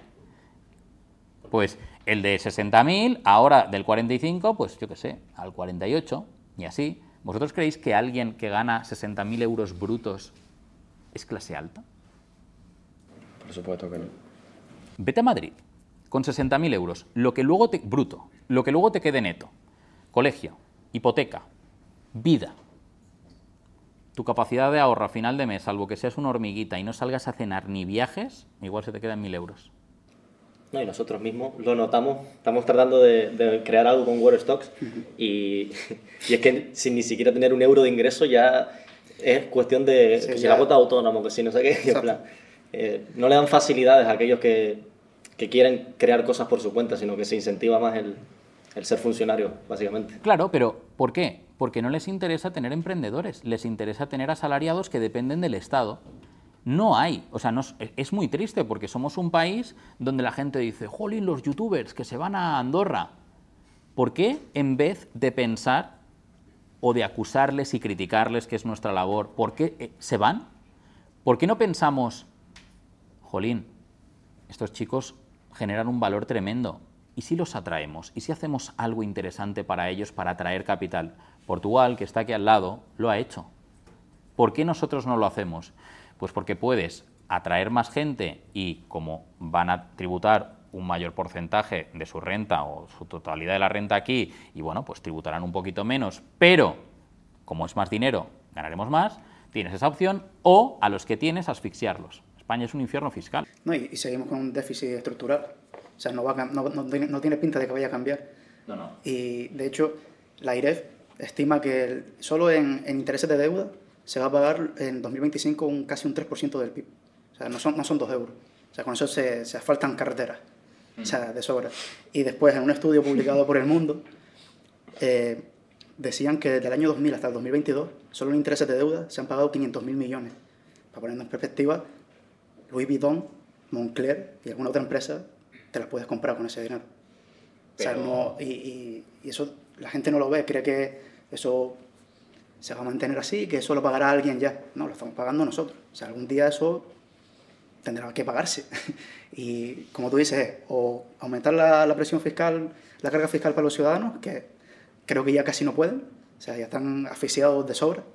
Pues el de 60.000, ahora del 45, pues yo qué sé, al 48 y así. ¿Vosotros creéis que alguien que gana 60.000 euros brutos es clase alta?
Por supuesto que no.
Vete a Madrid con 60.000 euros, lo que luego bruto, lo que luego te quede neto. Colegio, hipoteca, vida. Tu capacidad de ahorro a final de mes, salvo que seas una hormiguita y no salgas a cenar ni viajes, igual se te quedan 1.000 euros.
No, y nosotros mismos lo notamos, estamos tratando de crear algo con Waterstocks y es que sin ni siquiera tener un euro de ingreso ya es cuestión de
sí,
que si
ya.
la cuota autónoma, que si no sé qué, en plan, no le dan facilidades a aquellos que quieren crear cosas por su cuenta, sino que se incentiva más el ser funcionario, básicamente.
Claro, pero ¿por qué? Porque no les interesa tener emprendedores, les interesa tener asalariados que dependen del Estado. No hay, o sea, es muy triste porque somos un país donde la gente dice, jolín, los youtubers que se van a Andorra. ¿Por qué en vez de pensar o de acusarles y criticarles, que es nuestra labor, por qué se van? ¿Por qué no pensamos, jolín, estos chicos generan un valor tremendo? ¿Y si los atraemos? ¿Y si hacemos algo interesante para ellos para atraer capital? Portugal, que está aquí al lado, lo ha hecho. ¿Por qué nosotros no lo hacemos? Pues porque puedes atraer más gente y como van a tributar un mayor porcentaje de su renta o su totalidad de la renta aquí y bueno, pues tributarán un poquito menos, pero como es más dinero, ganaremos más, tienes esa opción, o a los que tienes asfixiarlos. España es un infierno fiscal.
No, y seguimos con un déficit estructural. O sea, no tiene pinta de que vaya a cambiar.
No.
Y de hecho, la IREF estima que solo en intereses de deuda se va a pagar en 2025 casi un 3% del PIB. O sea, no son 2 euros. O sea, con eso se asfaltan carreteras. O sea, de sobra. Y después, en un estudio publicado por El Mundo, decían que desde el año 2000 hasta el 2022, solo en intereses de deuda se han pagado 500.000 millones. Para ponernos en perspectiva, Louis Vuitton, Moncler y alguna otra empresa te las puedes comprar con ese dinero.
Pero...
O sea, y eso la gente no lo ve, cree que eso se va a mantener así, que eso lo pagará alguien ya. No, lo estamos pagando nosotros. O sea, algún día eso tendrá que pagarse. Y como tú dices, o aumentar la presión fiscal, la carga fiscal para los ciudadanos, que creo que ya casi no pueden, o sea, ya están asfixiados de sobra,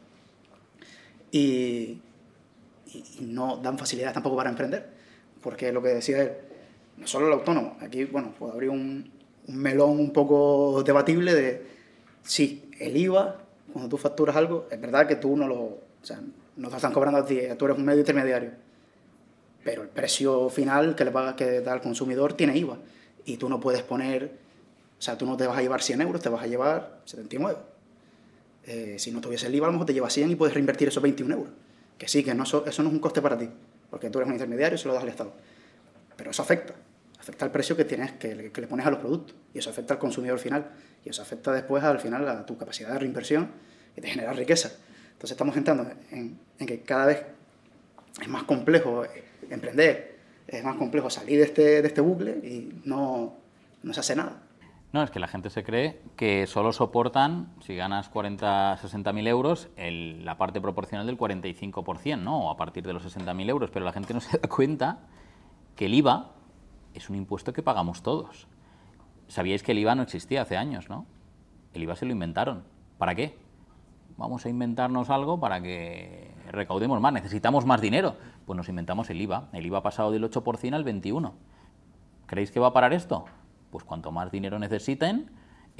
y no dan facilidades tampoco para emprender, porque lo que decía él, no solo el autónomo, aquí, bueno, puede abrir un melón un poco debatible de, sí, el IVA, cuando tú facturas algo, es verdad que tú no te están cobrando a ti, tú eres un medio intermediario, pero el precio final que le pagas, que da al consumidor, tiene IVA, y tú no puedes poner, o sea, tú no te vas a llevar 100 euros, te vas a llevar 79. Si no tuviese el IVA, a lo mejor te llevas 100 y puedes reinvertir esos 21 euros. Que sí, que eso no es un coste para ti, porque tú eres un intermediario y se lo das al Estado. Pero eso afecta afecta al precio que le pones a los productos, y eso afecta al consumidor final, y eso afecta después al final a tu capacidad de reinversión y de generar riqueza. Entonces estamos entrando en que cada vez es más complejo emprender, es más complejo salir de este bucle y no se hace nada.
No, es que la gente se cree que solo soportan, si ganas 40, 60.000 euros, la parte proporcional del 45%, ¿no? O a partir de los 60.000 euros, pero la gente no se da cuenta que el IVA es un impuesto que pagamos todos. Sabíais que el IVA no existía hace años, ¿no? El IVA se lo inventaron. ¿Para qué? Vamos a inventarnos algo para que recaudemos más. Necesitamos más dinero. Pues nos inventamos el IVA. El IVA ha pasado del 8% al 21%. ¿Creéis que va a parar esto? Pues cuanto más dinero necesiten.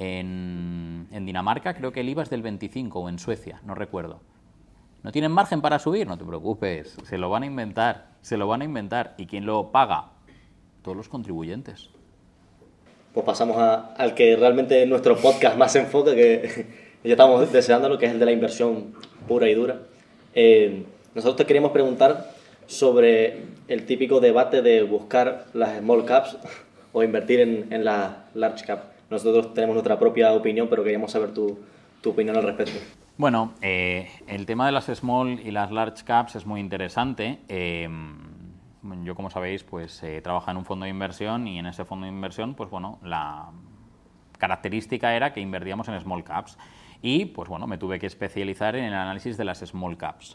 En Dinamarca creo que el IVA es del 25% o en Suecia, no recuerdo. ¿No tienen margen para subir? No te preocupes, se lo van a inventar, se lo van a inventar. ¿Y quién lo paga? Todos los contribuyentes.
Pues pasamos al que realmente nuestro podcast más se enfoca, que ya estamos deseando, lo que es el de la inversión pura y dura. Nosotros te queríamos preguntar sobre el típico debate de buscar las small caps o invertir en las large caps. Nosotros tenemos nuestra propia opinión, pero queríamos saber tu opinión al respecto.
Bueno, el tema de las small y las large caps es muy interesante. Yo, como sabéis, pues trabajo en un fondo de inversión, y en ese fondo de inversión, pues bueno, la característica era que invertíamos en small caps. Y, pues bueno, me tuve que especializar en el análisis de las small caps.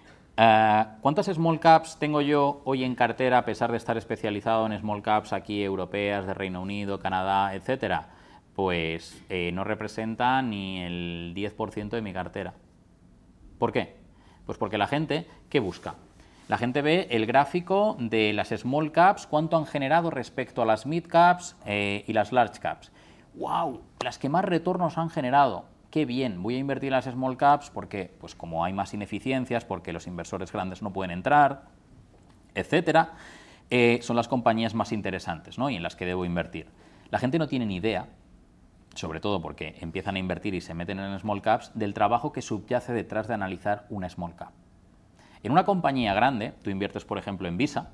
¿Cuántas small caps tengo yo hoy en cartera, a pesar de estar especializado en small caps aquí europeas, de Reino Unido, Canadá, etcétera? Pues no representa ni el 10% de mi cartera. ¿Por qué? Pues porque la gente, ¿qué busca? La gente ve el gráfico de las small caps, cuánto han generado respecto a las mid caps y las large caps. ¡Wow! Las que más retornos han generado. ¡Qué bien! Voy a invertir en las small caps porque, pues como hay más ineficiencias, porque los inversores grandes no pueden entrar, etcétera, son las compañías más interesantes, ¿no? Y en las que debo invertir. La gente no tiene ni idea, sobre todo porque empiezan a invertir y se meten en small caps, del trabajo que subyace detrás de analizar una small cap. En una compañía grande, tú inviertes, por ejemplo, en Visa,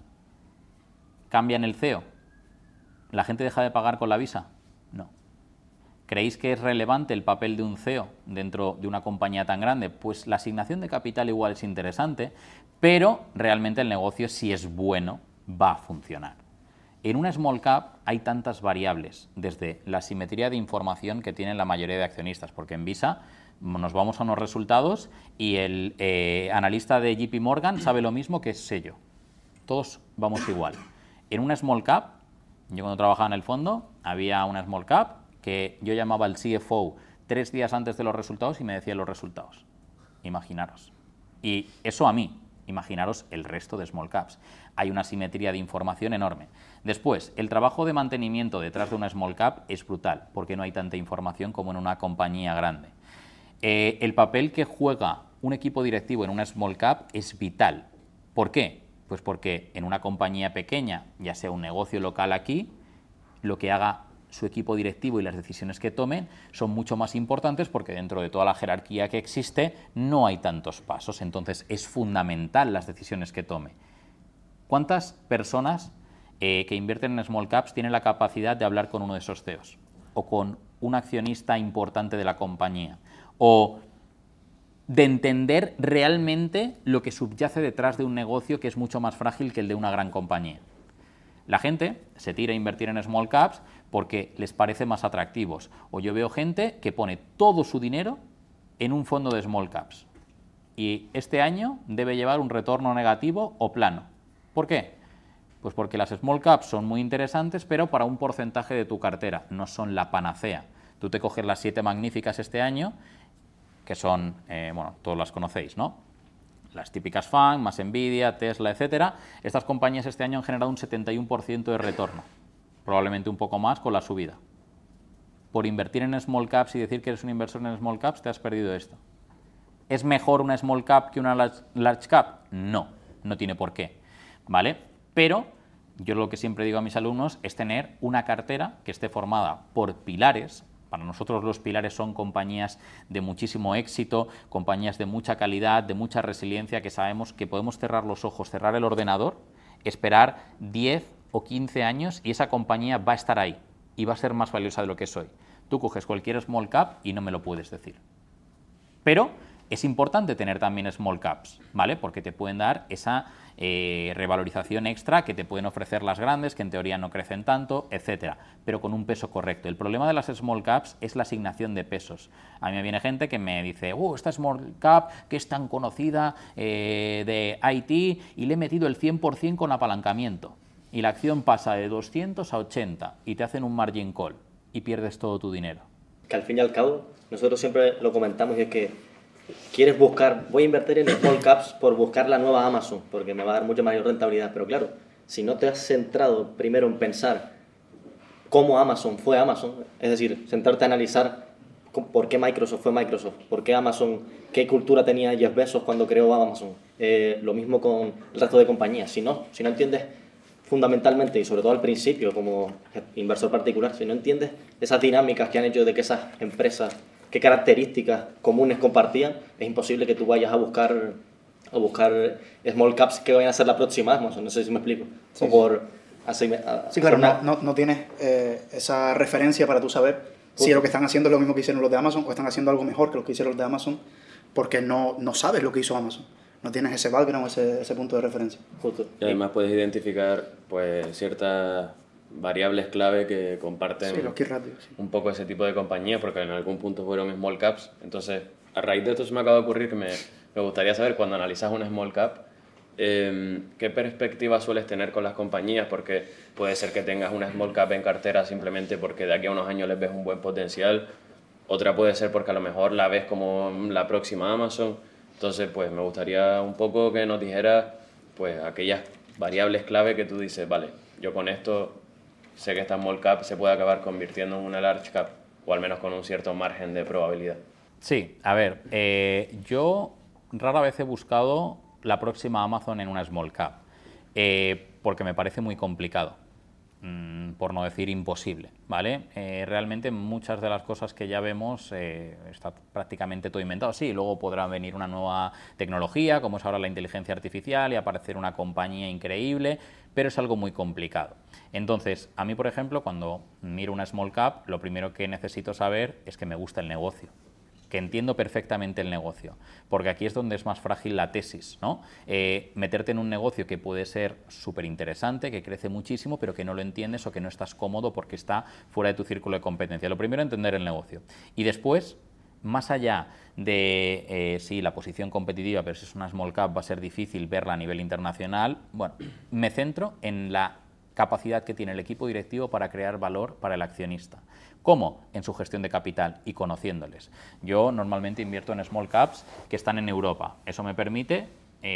cambian el CEO, ¿la gente deja de pagar con la Visa? No. ¿Creéis que es relevante el papel de un CEO dentro de una compañía tan grande? Pues la asignación de capital igual es interesante, pero realmente el negocio, si es bueno, va a funcionar. En una small cap hay tantas variables, desde la simetría de información que tienen la mayoría de accionistas, porque en Visa nos vamos a unos resultados y el analista de JP Morgan sabe lo mismo que sé yo. Todos vamos igual. En una small cap, yo cuando trabajaba en el fondo, había una small cap que yo llamaba al CFO 3 días antes de los resultados y me decía los resultados. Imaginaros. Y eso a mí. Imaginaros el resto de small caps. Hay una simetría de información enorme. Después, el trabajo de mantenimiento detrás de una small cap es brutal, porque no hay tanta información como en una compañía grande. El papel que juega un equipo directivo en una small cap es vital. ¿Por qué? Pues porque en una compañía pequeña, ya sea un negocio local aquí, lo que haga su equipo directivo y las decisiones que tomen son mucho más importantes, porque dentro de toda la jerarquía que existe no hay tantos pasos. Entonces es fundamental las decisiones que tome. ¿Cuántas personas que invierten en small caps tienen la capacidad de hablar con uno de esos CEOs? O con un accionista importante de la compañía. O de entender realmente lo que subyace detrás de un negocio que es mucho más frágil que el de una gran compañía. La gente se tira a invertir en small caps porque les parece más atractivos. O yo veo gente que pone todo su dinero en un fondo de small caps y este año debe llevar un retorno negativo o plano. ¿Por qué? Pues porque las small caps son muy interesantes, pero para un porcentaje de tu cartera, no son la panacea. Tú te coges las 7 magníficas este año, que son, bueno, todos las conocéis, ¿no? Las típicas FANG, más Nvidia, Tesla, etcétera. Estas compañías este año han generado un 71% de retorno, probablemente un poco más con la subida. Por invertir en small caps y decir que eres un inversor en small caps, te has perdido esto. ¿Es mejor una small cap que una large cap? No, no tiene por qué, ¿vale? Pero yo lo que siempre digo a mis alumnos es tener una cartera que esté formada por pilares. Para nosotros los pilares son compañías de muchísimo éxito, compañías de mucha calidad, de mucha resiliencia, que sabemos que podemos cerrar los ojos, cerrar el ordenador, esperar 10 o 15 años y esa compañía va a estar ahí y va a ser más valiosa de lo que es hoy. Tú coges cualquier small cap y no me lo puedes decir. Pero es importante tener también small caps, ¿vale? Porque te pueden dar esa revalorización extra que te pueden ofrecer las grandes, que en teoría no crecen tanto, etcétera, pero con un peso correcto. El problema de las small caps es la asignación de pesos. A mí me viene gente que me dice, esta small cap que es tan conocida de IT y le he metido el 100% con apalancamiento. Y la acción pasa de 200 a 80 y te hacen un margin call y pierdes todo tu dinero.
Que al fin y al cabo, nosotros siempre lo comentamos y es que quieres buscar, voy a invertir en small caps por buscar la nueva Amazon, porque me va a dar mucha mayor rentabilidad. Pero claro, si no te has centrado primero en pensar cómo Amazon fue Amazon, es decir, centrarte a analizar por qué Microsoft fue Microsoft, por qué Amazon, qué cultura tenía Jeff Bezos cuando creó Amazon, lo mismo con el resto de compañías. Si no entiendes fundamentalmente y sobre todo al principio como inversor particular, si no entiendes esas dinámicas que han hecho de que esas empresas, qué características comunes compartían, es imposible que tú vayas a buscar small caps que vayan a ser la próxima Amazon, no sé si me explico.
Sí,
o por
sí, claro, no tienes esa referencia para tú saber si lo que están haciendo es lo mismo que hicieron los de Amazon o están haciendo algo mejor que lo que hicieron los de Amazon, porque no sabes lo que hizo Amazon. No tienes ese background, ese punto de referencia.
Justo.
Y además puedes identificar pues ciertas variables clave que comparten
Sí, los key ratios, sí.
un poco ese tipo de compañías, porque en algún punto fueron small caps. Entonces, a raíz de esto se me acaba de ocurrir que me gustaría saber, cuando analizas una small cap, qué perspectiva sueles tener con las compañías, porque puede ser que tengas una small cap en cartera simplemente porque de aquí a unos años les ves un buen potencial, otra puede ser porque a lo mejor la ves como la próxima Amazon. Entonces, pues me gustaría un poco que nos dijeras pues aquellas variables clave que tú dices, vale, yo con esto sé que esta small cap se puede acabar convirtiendo en una large cap, o al menos con un cierto margen de probabilidad.
Sí, a ver, yo rara vez he buscado la próxima Amazon en una small cap, porque me parece muy complicado, por no decir imposible, ¿vale? Realmente muchas de las cosas que ya vemos está prácticamente todo inventado. Sí, luego podrá venir una nueva tecnología, como es ahora la inteligencia artificial, y aparecer una compañía increíble, pero es algo muy complicado. Entonces, a mí, por ejemplo, cuando miro una small cap, lo primero que necesito saber es que me gusta el negocio, que entiendo perfectamente el negocio, porque aquí es donde es más frágil la tesis, ¿no? Meterte en un negocio que puede ser súper interesante, que crece muchísimo, pero que no lo entiendes o que no estás cómodo porque está fuera de tu círculo de competencia. Lo primero, entender el negocio. Y después, más allá de sí, la posición competitiva, pero si es una small cap va a ser difícil verla a nivel internacional, bueno, me centro en la capacidad que tiene el equipo directivo para crear valor para el accionista. ¿Cómo? En su gestión de capital y conociéndoles. Yo normalmente invierto en small caps que están en Europa. Eso me permite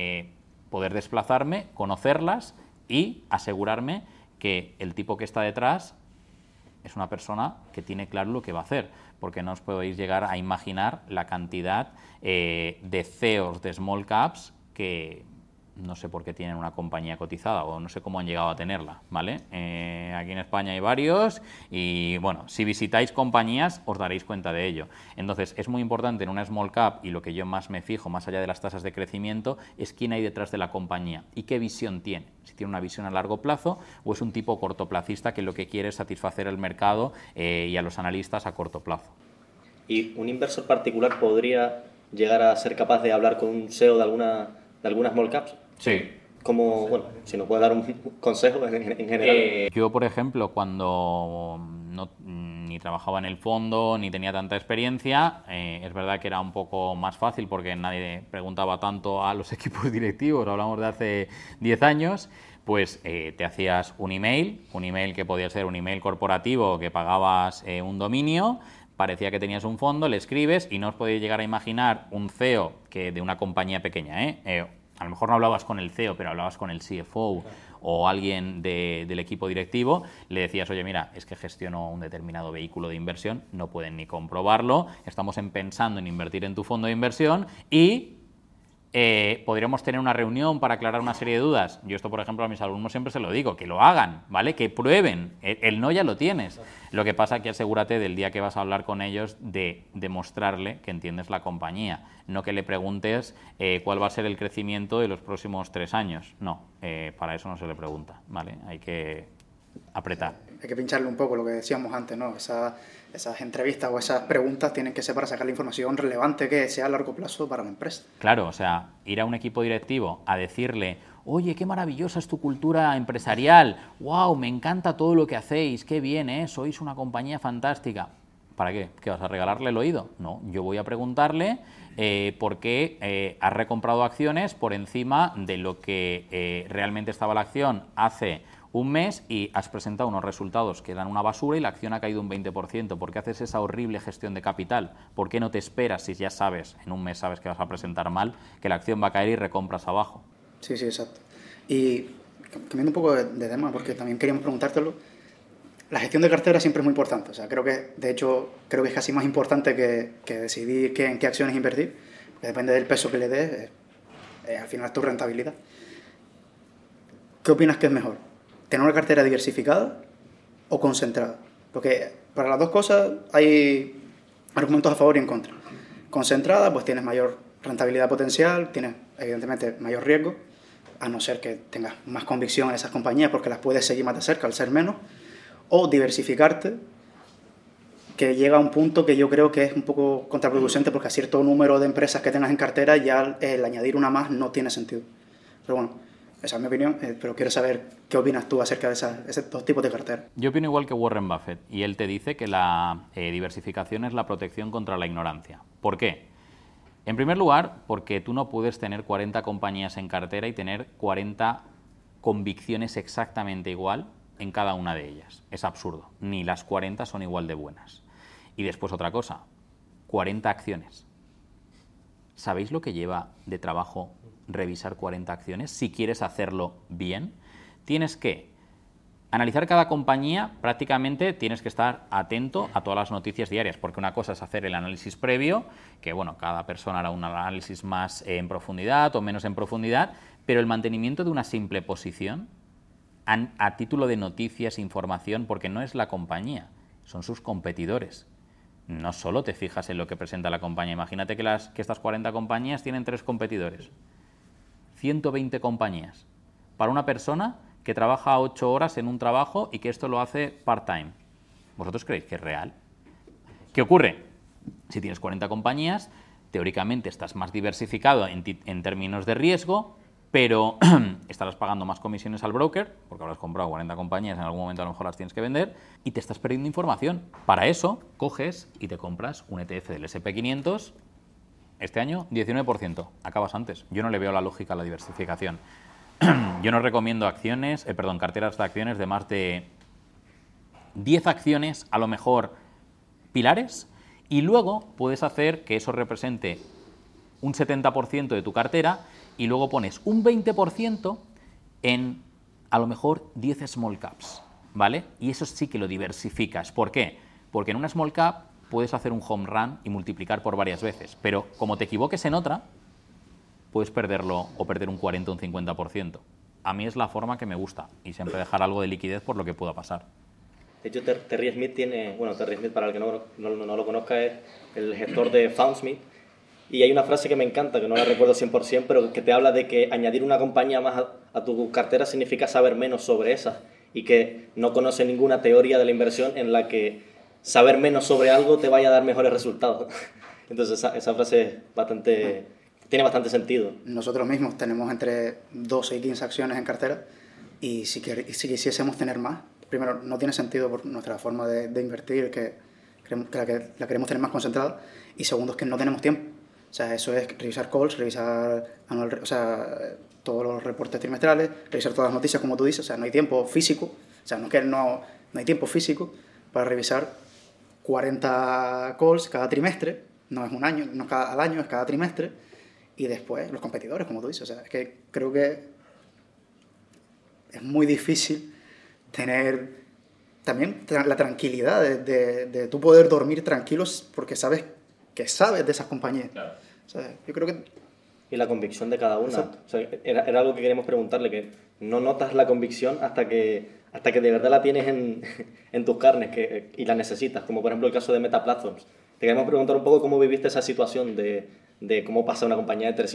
poder desplazarme, conocerlas y asegurarme que el tipo que está detrás es una persona que tiene claro lo que va a hacer, porque no os podéis llegar a imaginar la cantidad de CEOs de small caps que no sé por qué tienen una compañía cotizada o no sé cómo han llegado a tenerla, ¿vale? Aquí en España hay varios y, bueno, si visitáis compañías os daréis cuenta de ello. Entonces, es muy importante en una small cap, y lo que yo más me fijo, más allá de las tasas de crecimiento, es quién hay detrás de la compañía y qué visión tiene. Si tiene una visión a largo plazo o es un tipo cortoplacista que lo que quiere es satisfacer el mercado y a los analistas a corto plazo.
¿Y un inversor particular podría llegar a ser capaz de hablar con un CEO de alguna small caps?
Sí.
Como, bueno, si nos puedes dar un consejo en general.
Yo, por ejemplo, cuando ni trabajaba en el fondo ni tenía tanta experiencia, es verdad que era un poco más fácil porque nadie preguntaba tanto a los equipos directivos, hablamos de hace 10 años, pues te hacías un email que podía ser un email corporativo que pagabas un dominio, parecía que tenías un fondo, le escribes y no os podéis llegar a imaginar un CEO que de una compañía pequeña, a lo mejor no hablabas con el CEO, pero hablabas con el CFO o alguien del equipo directivo, le decías, oye, mira, es que gestiono un determinado vehículo de inversión, no pueden ni comprobarlo, estamos pensando en invertir en tu fondo de inversión y podríamos tener una reunión para aclarar una serie de dudas. Yo esto, por ejemplo, a mis alumnos siempre se lo digo, que lo hagan, ¿vale? Que prueben. El no ya lo tienes. Lo que pasa es que asegúrate del día que vas a hablar con ellos de demostrarle que entiendes la compañía, no que le preguntes cuál va a ser el crecimiento de los próximos 3 años. No, para eso no se le pregunta, ¿vale? Hay que apretar.
Hay que pincharle un poco lo que decíamos antes, ¿no? Esas entrevistas o esas preguntas tienen que ser para sacar la información relevante que sea a largo plazo para la empresa.
Claro, o sea, ir a un equipo directivo a decirle, oye, qué maravillosa es tu cultura empresarial, wow, me encanta todo lo que hacéis, qué bien, sois una compañía fantástica. ¿Para qué? ¿Qué vas a regalarle el oído? No, yo voy a preguntarle por qué has recomprado acciones por encima de lo que realmente estaba la acción hace un mes y has presentado unos resultados que dan una basura y la acción ha caído un 20%. ¿Por qué haces esa horrible gestión de capital? ¿Por qué no te esperas si ya sabes, en un mes sabes que vas a presentar mal, que la acción va a caer y recompras abajo?
Sí, exacto. Y cambiando un poco de tema, porque también queríamos preguntártelo, la gestión de cartera siempre es muy importante. O sea, creo que es casi más importante que decidir en qué acciones invertir, porque depende del peso que le des, al final es tu rentabilidad. ¿Qué opinas que es mejor? ¿Tener una cartera diversificada o concentrada? Porque para las dos cosas hay argumentos a favor y en contra. Concentrada, pues tienes mayor rentabilidad potencial, tienes evidentemente mayor riesgo, a no ser que tengas más convicción en esas compañías porque las puedes seguir más de cerca al ser menos. O diversificarte, que llega a un punto que yo creo que es un poco contraproducente porque a cierto número de empresas que tengas en cartera ya el añadir una más no tiene sentido. Pero bueno, esa es mi opinión, pero quiero saber qué opinas tú acerca de esos dos tipos de cartera.
Yo opino igual que Warren Buffett y él te dice que la diversificación es la protección contra la ignorancia. ¿Por qué? En primer lugar, porque tú no puedes tener 40 compañías en cartera y tener 40 convicciones exactamente igual en cada una de ellas. Es absurdo. Ni las 40 son igual de buenas. Y después otra cosa, 40 acciones. ¿Sabéis lo que lleva de trabajo revisar 40 acciones? Si quieres hacerlo bien, tienes que analizar cada compañía, prácticamente tienes que estar atento a todas las noticias diarias, porque una cosa es hacer el análisis previo, que bueno, cada persona hará un análisis más en profundidad o menos en profundidad, pero el mantenimiento de una simple posición a título de noticias, información, porque no es la compañía, son sus competidores. No solo te fijas en lo que presenta la compañía. Imagínate que estas 40 compañías tienen 3 competidores. 120 compañías. Para una persona que trabaja 8 horas en un trabajo y que esto lo hace part-time. ¿Vosotros creéis que es real? ¿Qué ocurre? Si tienes 40 compañías, teóricamente estás más diversificado en términos de riesgo, pero estarás pagando más comisiones al broker, porque habrás comprado 40 compañías, en algún momento a lo mejor las tienes que vender, y te estás perdiendo información. Para eso, coges y te compras un ETF del SP500, este año 19%, acabas antes. Yo no le veo la lógica a la diversificación. Yo no recomiendo carteras de acciones de más de 10 acciones, a lo mejor pilares, y luego puedes hacer que eso represente un 70% de tu cartera y luego pones un 20% en, a lo mejor, 10 small caps, ¿vale? Y eso sí que lo diversificas. ¿Por qué? Porque en una small cap puedes hacer un home run y multiplicar por varias veces, pero como te equivoques en otra, puedes perderlo o perder un 40 o un 50%. A mí es la forma que me gusta y siempre dejar algo de liquidez por lo que pueda pasar.
De hecho, Terry Smith Terry Smith, para el que no lo conozca, es el gestor de Foundsmith. Y hay una frase que me encanta, que no la recuerdo 100%, pero que te habla de que añadir una compañía más a tu cartera significa saber menos sobre esas y que no conoce ninguna teoría de la inversión en la que saber menos sobre algo te vaya a dar mejores resultados. Entonces esa frase tiene bastante sentido.
Nosotros mismos tenemos entre 12 y 15 acciones en cartera y si quisiésemos tener más, primero no tiene sentido por nuestra forma de invertir, que la queremos tener más concentrada, y segundo es que no tenemos tiempo. O sea, eso es revisar calls, revisar todos los reportes trimestrales, revisar todas las noticias, como tú dices. O sea, no hay tiempo físico. O sea, no es que no hay tiempo físico para revisar 40 calls cada trimestre. No es un año, no al año, es cada trimestre. Y después los competidores, como tú dices. O sea, es que creo que es muy difícil tener también la tranquilidad de tú poder dormir tranquilos porque sabes de esas compañías.
Claro.
O sea, yo creo que
y la convicción de cada una. O sea, era algo que queríamos preguntarle, que no notas la convicción hasta que de verdad la tienes en tus carnes y la necesitas, como por ejemplo el caso de Meta Platforms. Te queríamos preguntar un poco cómo viviste esa situación de cómo pasa una compañía de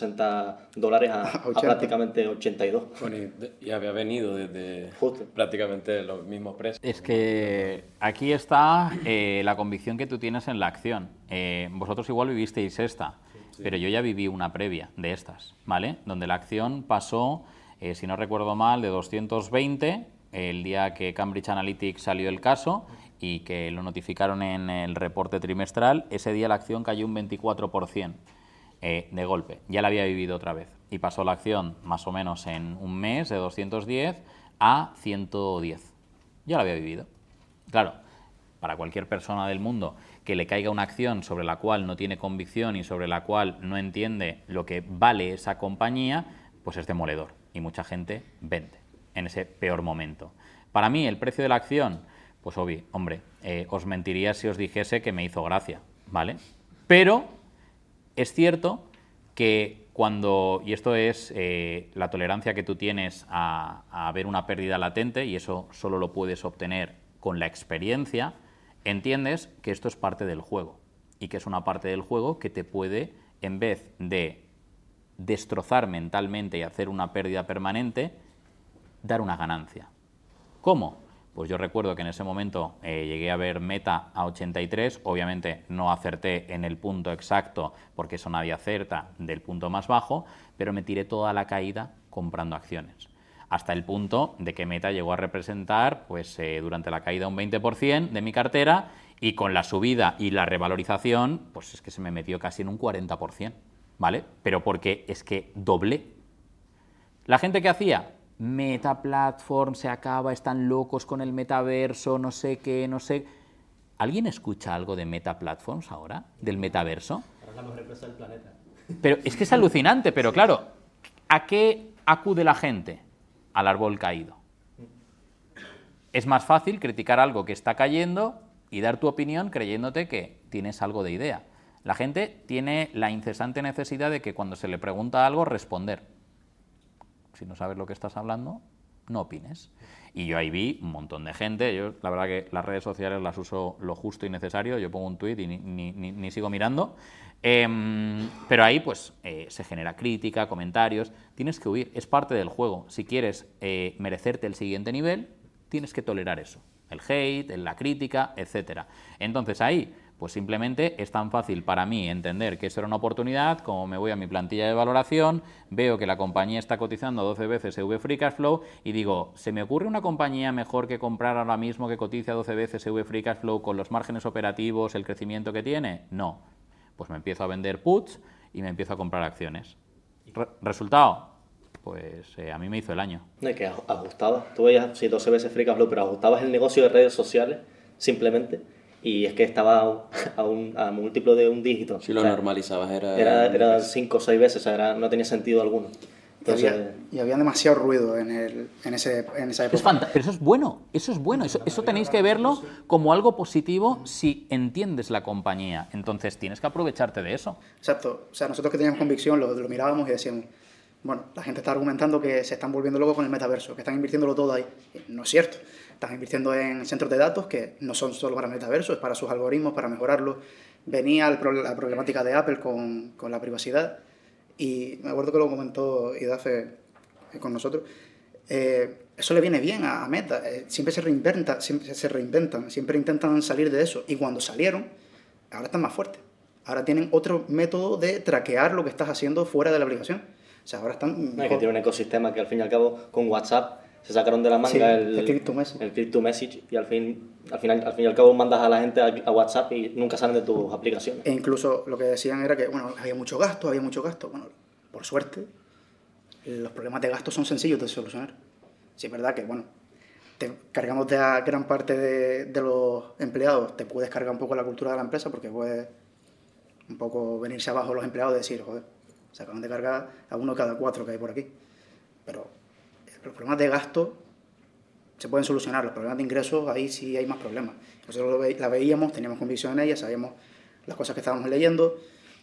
$360 a prácticamente 82.
Bueno, y había venido desde
Justo.
prácticamente los mismos precios.
Es que aquí está la convicción que tú tienes en la acción. Vosotros igual vivisteis esta, pero yo ya viví una previa de estas, ¿vale? Donde la acción pasó, si no recuerdo mal, de 220 el día que Cambridge Analytica salió el caso y que lo notificaron en el reporte trimestral. Ese día la acción cayó un 24% de golpe. Ya la había vivido otra vez. Y pasó la acción más o menos en un mes de 210 a 110. Ya la había vivido. Claro, para cualquier persona del mundo que le caiga una acción sobre la cual no tiene convicción y sobre la cual no entiende lo que vale esa compañía, pues es demoledor. Y mucha gente vende en ese peor momento. Para mí, el precio de la acción, pues hombre, os mentiría si os dijese que me hizo gracia, ¿vale? Pero es cierto que cuando, y esto es la tolerancia que tú tienes a ver una pérdida latente, y eso solo lo puedes obtener con la experiencia, entiendes que esto es parte del juego y que es una parte del juego que te puede, en vez de destrozar mentalmente y hacer una pérdida permanente, dar una ganancia. ¿Cómo? Pues yo recuerdo que en ese momento llegué a ver Meta a 83, obviamente no acerté en el punto exacto porque eso nadie acierta del punto más bajo, pero me tiré toda la caída comprando acciones. Hasta el punto de que Meta llegó a representar pues, durante la caída un 20% de mi cartera y con la subida y la revalorización, pues es que se me metió casi en un 40%, ¿vale? Pero porque es que doblé. La gente que hacía Meta Platform se acaba, están locos con el metaverso, no sé qué, no sé. ¿Alguien escucha algo de Meta Platforms ahora? ¿Del metaverso?
Es la mejor empresa del planeta.
Pero es que es alucinante, pero claro, ¿a qué acude la gente? Al árbol caído. Es más fácil criticar algo que está cayendo y dar tu opinión creyéndote que tienes algo de idea. La gente tiene la incesante necesidad de que cuando se le pregunta algo, responder. Si no sabes lo que estás hablando, no opines. Y yo ahí vi un montón de gente. Yo, la verdad que las redes sociales las uso lo justo y necesario. Yo pongo un tuit y ni sigo mirando. Pero ahí pues se genera crítica, comentarios. Tienes que huir, es parte del juego. Si quieres merecerte el siguiente nivel, tienes que tolerar eso. El hate, la crítica, etcétera. Entonces ahí, pues simplemente es tan fácil para mí entender que eso era una oportunidad, como me voy a mi plantilla de valoración, veo que la compañía está cotizando 12 veces EV Free Cash Flow y digo, ¿se me ocurre una compañía mejor que comprar ahora mismo que cotice a 12 veces EV Free Cash Flow con los márgenes operativos, el crecimiento que tiene? No. Pues me empiezo a vender puts y me empiezo a comprar acciones. ¿Resultado? Pues a mí me hizo el año.
No, que ajustabas, tú veías, sí, 12 veces Free Cash Flow, pero ajustabas el negocio de redes sociales simplemente. Y es que estaba a múltiplo de un dígito.
Si lo normalizabas
era 5 o 6 veces, o sea, no tenía sentido alguno. Entonces,
y había demasiado ruido en esa época.
Pero eso es bueno, eso tenéis que verlo como algo positivo si entiendes la compañía. Entonces tienes que aprovecharte de eso.
Exacto, o sea, nosotros que teníamos convicción lo mirábamos y decíamos, bueno, la gente está argumentando que se están volviendo locos con el metaverso, que están invirtiéndolo todo ahí. No es cierto. Están invirtiendo en centros de datos que no son solo para el metaverso, es para sus algoritmos, para mejorarlos. Venía la problemática de Apple con la privacidad y me acuerdo que lo comentó Idafe con nosotros. Eso le viene bien a Meta. Siempre se reinventan, siempre intentan salir de eso. Y cuando salieron, ahora están más fuertes. Ahora tienen otro método de traquear lo que estás haciendo fuera de la aplicación. O sea, ahora están...
Es que tiene un ecosistema que al fin y al cabo con WhatsApp se sacaron de la manga el click to message y al fin y al cabo mandas a la gente a WhatsApp y nunca salen de tus aplicaciones.
E incluso lo que decían era que bueno, había mucho gasto. Bueno, por suerte, los problemas de gasto son sencillos de solucionar. Sí, es verdad que, bueno, te cargamos de a gran parte de los empleados, te puedes cargar un poco la cultura de la empresa porque puede un poco venirse abajo los empleados y decir, joder, se acaban de cargar a uno cada 4 que hay por aquí. Pero los problemas de gasto se pueden solucionar, los problemas de ingresos, ahí sí hay más problemas. Nosotros la veíamos, teníamos convicción en ella, sabíamos las cosas que estábamos leyendo,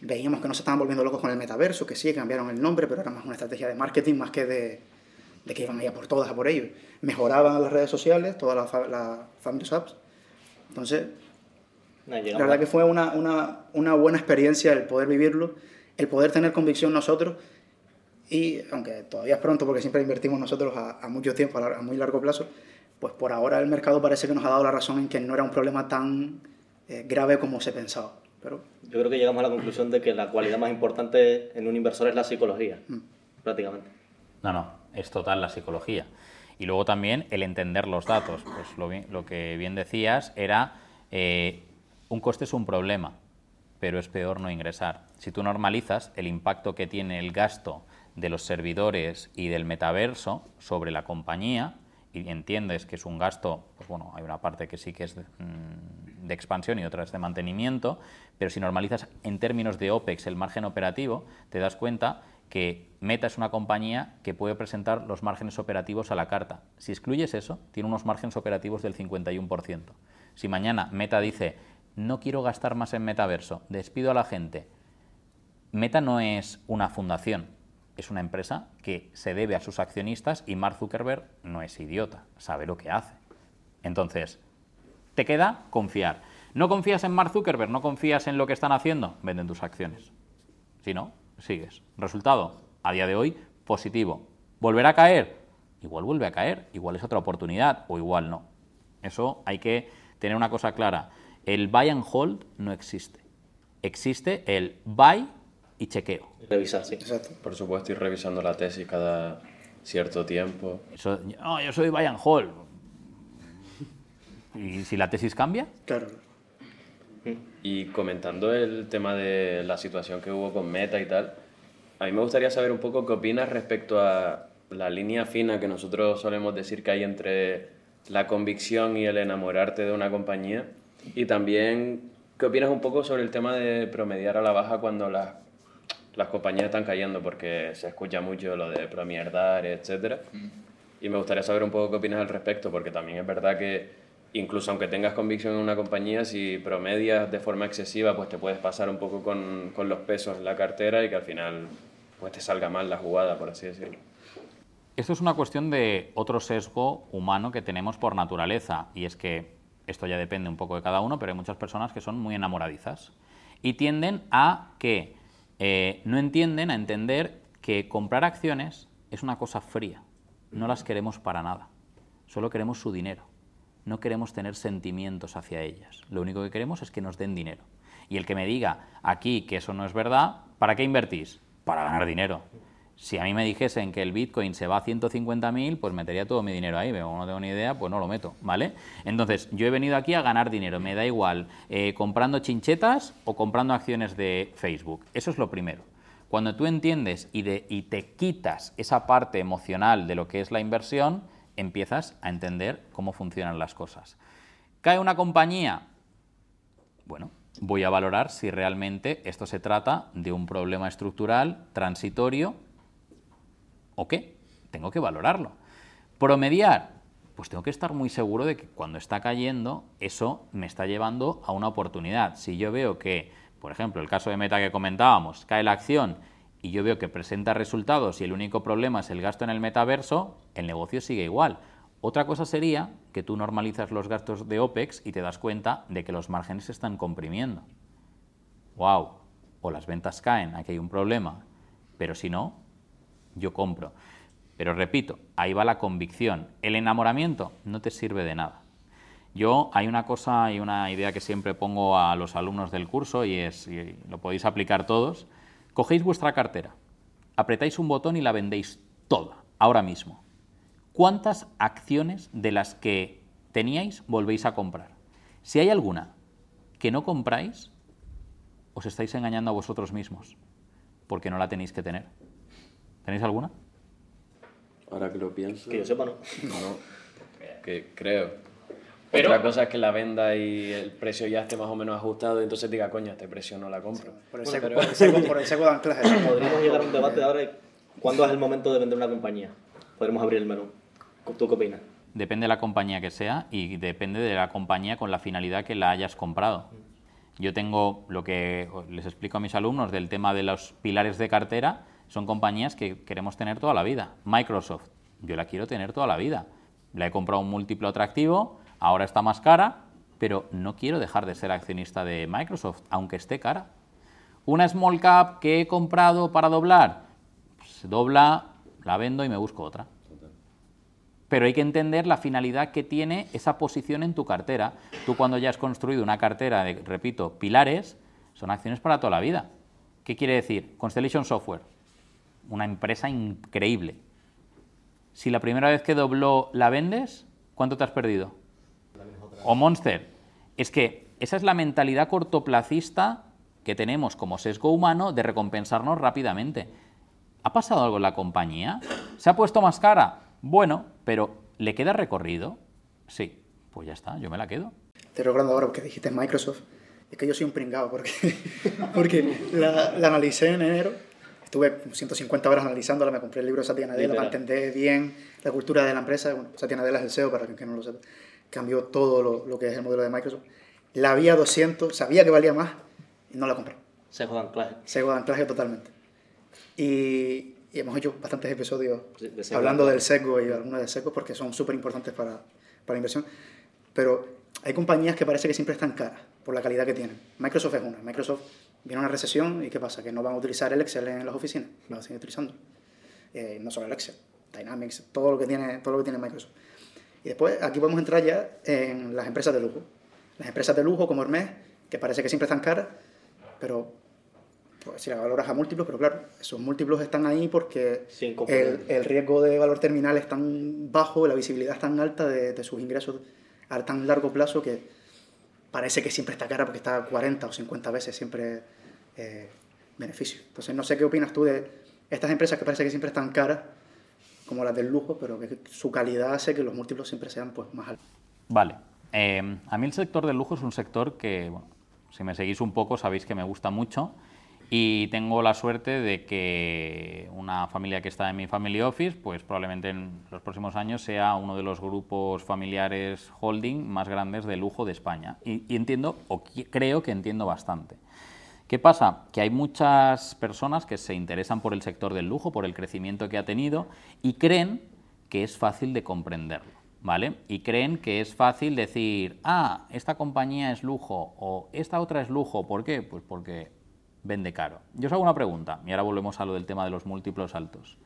veíamos que no se estaban volviendo locos con el metaverso, que sí, que cambiaron el nombre, pero era más una estrategia de marketing más que de que iban a ir a por todas, a por ellos. Mejoraban las redes sociales, todas las Family Apps. Entonces, la verdad que fue una buena experiencia el poder vivirlo, el poder tener convicción nosotros, y aunque todavía es pronto porque siempre invertimos nosotros a mucho tiempo, a muy largo plazo, pues por ahora el mercado parece que nos ha dado la razón en que no era un problema tan grave como se pensaba. Pero
yo creo que llegamos a la conclusión de que la cualidad más importante en un inversor es la psicología, prácticamente.
No, es total la psicología. Y luego también el entender los datos. Pues lo que bien decías era, un coste es un problema, pero es peor no ingresar. Si tú normalizas el impacto que tiene el gasto de los servidores y del metaverso sobre la compañía, y entiendes que es un gasto, pues bueno, hay una parte que sí que es de expansión y otra es de mantenimiento, pero si normalizas en términos de OPEX el margen operativo, te das cuenta que Meta es una compañía que puede presentar los márgenes operativos a la carta. Si excluyes eso, tiene unos márgenes operativos del 51%. Si mañana Meta dice, no quiero gastar más en metaverso, despido a la gente, Meta no es una fundación, es una empresa que se debe a sus accionistas y Mark Zuckerberg no es idiota, sabe lo que hace. Entonces, te queda confiar. ¿No confías en Mark Zuckerberg? ¿No confías en lo que están haciendo? Venden tus acciones. Si no, sigues. Resultado, a día de hoy, positivo. ¿Volverá a caer? Igual vuelve a caer, igual es otra oportunidad o igual no. Eso hay que tener una cosa clara. El buy and hold no existe. Existe el buy y chequeo.
Revisar, sí.
exacto.
Por supuesto, ir revisando la tesis cada cierto tiempo.
Eso, no, yo soy buy and hold. ¿Y si la tesis cambia?
Claro.
Y comentando el tema de la situación que hubo con Meta y tal, a mí me gustaría saber un poco qué opinas respecto a la línea fina que nosotros solemos decir que hay entre la convicción y el enamorarte de una compañía, y también qué opinas un poco sobre el tema de promediar a la baja cuando las compañías están cayendo, porque se escucha mucho lo de promierdar, etcétera. Y me gustaría saber un poco qué opinas al respecto, porque también es verdad que incluso aunque tengas convicción en una compañía, si promedias de forma excesiva, pues te puedes pasar un poco con los pesos en la cartera y que al final pues te salga mal la jugada, por así decirlo.
Esto es una cuestión de otro sesgo humano que tenemos por naturaleza, y es que esto ya depende un poco de cada uno, pero hay muchas personas que son muy enamoradizas y tienden a que no entienden a entender que comprar acciones es una cosa fría, no las queremos para nada, solo queremos su dinero. No queremos tener sentimientos hacia ellas. Lo único que queremos es que nos den dinero. Y el que me diga aquí que eso no es verdad, ¿para qué invertís? Para ganar dinero. Si a mí me dijesen que el Bitcoin se va a 150.000, pues metería todo mi dinero ahí. Pero como no tengo ni idea, pues no lo meto, ¿vale? Entonces, yo he venido aquí a ganar dinero. Me da igual comprando chinchetas o comprando acciones de Facebook. Eso es lo primero. Cuando tú entiendes y te quitas esa parte emocional de lo que es la inversión, empiezas a entender cómo funcionan las cosas. ¿Cae una compañía? Bueno, voy a valorar si realmente esto se trata de un problema estructural, transitorio, o qué. Tengo que valorarlo. ¿Promediar? Pues tengo que estar muy seguro de que cuando está cayendo, eso me está llevando a una oportunidad. Si yo veo que, por ejemplo, el caso de Meta que comentábamos, cae la acción y yo veo que presenta resultados y el único problema es el gasto en el metaverso, el negocio sigue igual. Otra cosa sería que tú normalizas los gastos de OPEX y te das cuenta de que los márgenes se están comprimiendo. ¡Wow! O las ventas caen, aquí hay un problema. Pero si no, yo compro. Pero repito, ahí va la convicción. El enamoramiento no te sirve de nada. Hay una cosa y una idea que siempre pongo a los alumnos del curso y lo podéis aplicar todos. Cogéis vuestra cartera, apretáis un botón y la vendéis toda, ahora mismo. ¿Cuántas acciones de las que teníais volvéis a comprar? Si hay alguna que no compráis, os estáis engañando a vosotros mismos, porque no la tenéis que tener. ¿Tenéis alguna?
Ahora que lo pienso...
Que yo sepa, no.
No, que creo.
Pero-
Otra cosa es que la venda y el precio ya esté más o menos ajustado y entonces diga, coño, este precio no la compro.
Por el
Bueno,
seco,
pero-
por el seco de anclaje.
Podríamos llegar a un debate ahora de cuándo es el momento de vender una compañía. Podremos abrir el menú. ¿Tú qué opinas?
Depende de la compañía que sea y depende de la compañía con la finalidad que la hayas comprado. Yo tengo lo que les explico a mis alumnos del tema de los pilares de cartera, son compañías que queremos tener toda la vida. Microsoft, yo la quiero tener toda la vida. La he comprado un múltiplo atractivo, ahora está más cara, pero no quiero dejar de ser accionista de Microsoft, aunque esté cara. Una small cap que he comprado para doblar, pues se dobla, la vendo y me busco otra. Pero hay que entender la finalidad que tiene esa posición en tu cartera. Tú cuando ya has construido una cartera de, repito, pilares, son acciones para toda la vida. ¿Qué quiere decir? Constellation Software, una empresa increíble. Si la primera vez que dobló la vendes, ¿cuánto te has perdido? O Monster. Es que esa es la mentalidad cortoplacista que tenemos como sesgo humano de recompensarnos rápidamente. ¿Ha pasado algo en la compañía? ¿Se ha puesto más cara? Bueno, pero ¿le queda recorrido? Sí, pues ya está, yo me la quedo.
Te recuerdo ahora que dijiste Microsoft, es que yo soy un pringado porque la analicé en enero, estuve 150 horas analizándola, me compré el libro de Satya Nadella para entender bien la cultura de la empresa. Bueno, Satya Nadella es el CEO, para quien no lo sepa, cambió todo lo que es el modelo de Microsoft. La había a 200, sabía que valía más y no la compré.
Sesgo de anclaje.
Sesgo de anclaje totalmente. Y hemos hecho bastantes episodios hablando del sesgo y algunos de sesgos porque son súper importantes para la inversión. Pero hay compañías que parece que siempre están caras por la calidad que tienen. Microsoft es una. Microsoft viene una recesión y ¿qué pasa? Que no van a utilizar el Excel en las oficinas, lo van a seguir utilizando. No solo el Excel, Dynamics, todo lo que tiene Microsoft. Y después aquí podemos entrar ya en las empresas de lujo. Las empresas de lujo como Hermès, que parece que siempre están caras, pero pues, si la valoras a múltiplos, pero claro, esos múltiplos están ahí porque el riesgo de valor terminal es tan bajo, la visibilidad es tan alta de sus ingresos a tan largo plazo que parece que siempre está cara porque está 40 o 50 veces siempre beneficio. Entonces no sé qué opinas tú de estas empresas que parece que siempre están caras, como las del lujo, pero que su calidad hace que los múltiplos siempre sean pues, más altos.
Vale. A mí el sector del lujo es un sector que, bueno, si me seguís un poco sabéis que me gusta mucho y tengo la suerte de que una familia que está en mi family office, pues probablemente en los próximos años sea uno de los grupos familiares holding más grandes de lujo de España. Y entiendo, o creo que entiendo bastante. ¿Qué pasa? Que hay muchas personas que se interesan por el sector del lujo, por el crecimiento que ha tenido y creen que es fácil de comprenderlo, ¿vale? Y creen que es fácil decir, ah, esta compañía es lujo o esta otra es lujo. ¿Por qué? Pues porque vende caro. Yo os hago una pregunta y ahora volvemos a lo del tema de los múltiplos altos.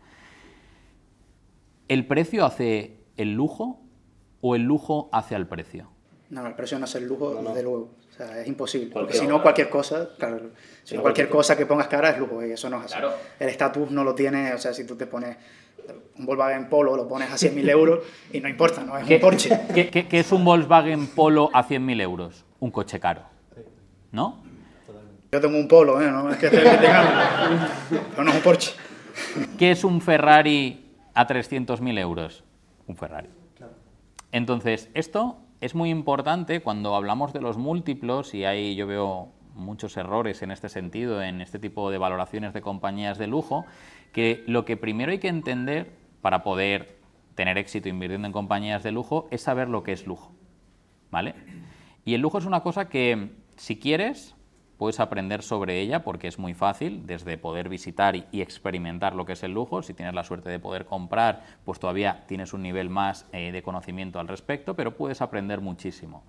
¿El precio hace el lujo o el lujo hace al precio?
No, el precio no hace el lujo,
No.
desde luego. O sea, es imposible. Porque si no, cualquier cosa, claro, si no cualquier cosa que pongas cara es lujo y eso no es así.
Claro.
El estatus no lo tiene, o sea, si tú te pones un Volkswagen Polo, lo pones a 100.000 euros y no importa, no es un Porsche.
¿Qué es un Volkswagen Polo a 100.000 euros? Un coche caro, ¿no?
Yo tengo un Polo, no es que esté criticando, pero no es un Porsche.
¿Qué es un Ferrari a 300.000 euros? Un Ferrari. Entonces, esto es muy importante cuando hablamos de los múltiplos y ahí yo veo muchos errores en este sentido, en este tipo de valoraciones de compañías de lujo, que lo que primero hay que entender para poder tener éxito invirtiendo en compañías de lujo es saber lo que es lujo, ¿vale? Y el lujo es una cosa que, si quieres, puedes aprender sobre ella porque es muy fácil, desde poder visitar y experimentar lo que es el lujo. Si tienes la suerte de poder comprar, pues todavía tienes un nivel más de conocimiento al respecto, pero puedes aprender muchísimo.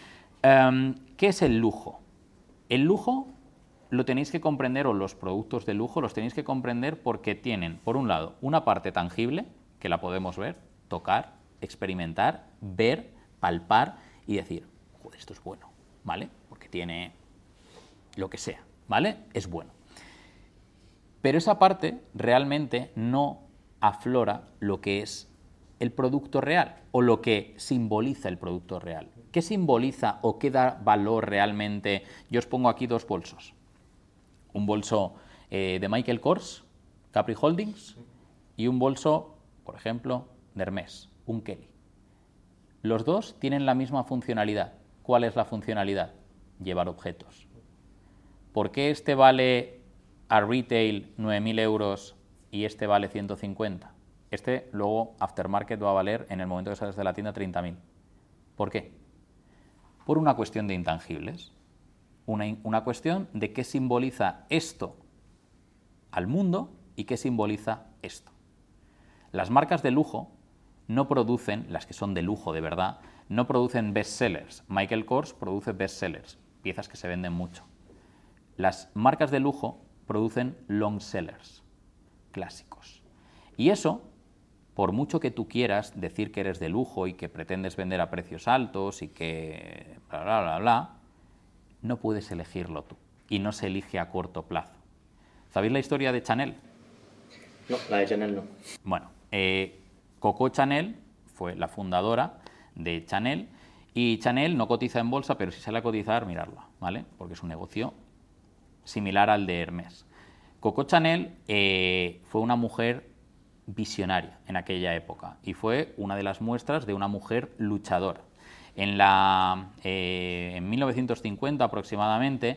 ¿Qué es el lujo? El lujo lo tenéis que comprender, o los productos de lujo los tenéis que comprender porque tienen, por un lado, una parte tangible, que la podemos ver, tocar, experimentar, ver, palpar y decir, joder, esto es bueno, ¿vale? Porque tiene lo que sea, ¿vale? Es bueno. Pero esa parte realmente no aflora lo que es el producto real o lo que simboliza el producto real. ¿Qué simboliza o qué da valor realmente? Yo os pongo aquí dos bolsos. Un bolso de Michael Kors, Capri Holdings, y un bolso, por ejemplo, de Hermès, un Kelly. Los dos tienen la misma funcionalidad. ¿Cuál es la funcionalidad? Llevar objetos. ¿Por qué este vale a retail 9.000 euros y este vale 150? Este luego aftermarket va a valer en el momento que sales de la tienda 30.000. ¿Por qué? Por una cuestión de intangibles. una cuestión de qué simboliza esto al mundo y qué simboliza esto. Las marcas de lujo no producen, las que son de lujo de verdad, no producen bestsellers. Michael Kors produce bestsellers, piezas que se venden mucho. Las marcas de lujo producen long sellers, clásicos. Y eso, por mucho que tú quieras decir que eres de lujo y que pretendes vender a precios altos y que bla, bla, bla, bla, no puedes elegirlo tú. Y no se elige a corto plazo. ¿Sabéis la historia de Chanel?
No, la de Chanel no.
Bueno, Coco Chanel fue la fundadora de Chanel y Chanel no cotiza en bolsa, pero si sale a cotizar, miradla, ¿vale? Porque es un negocio similar al de Hermès. Coco Chanel fue una mujer visionaria en aquella época y fue una de las muestras de una mujer luchadora. En 1950 aproximadamente,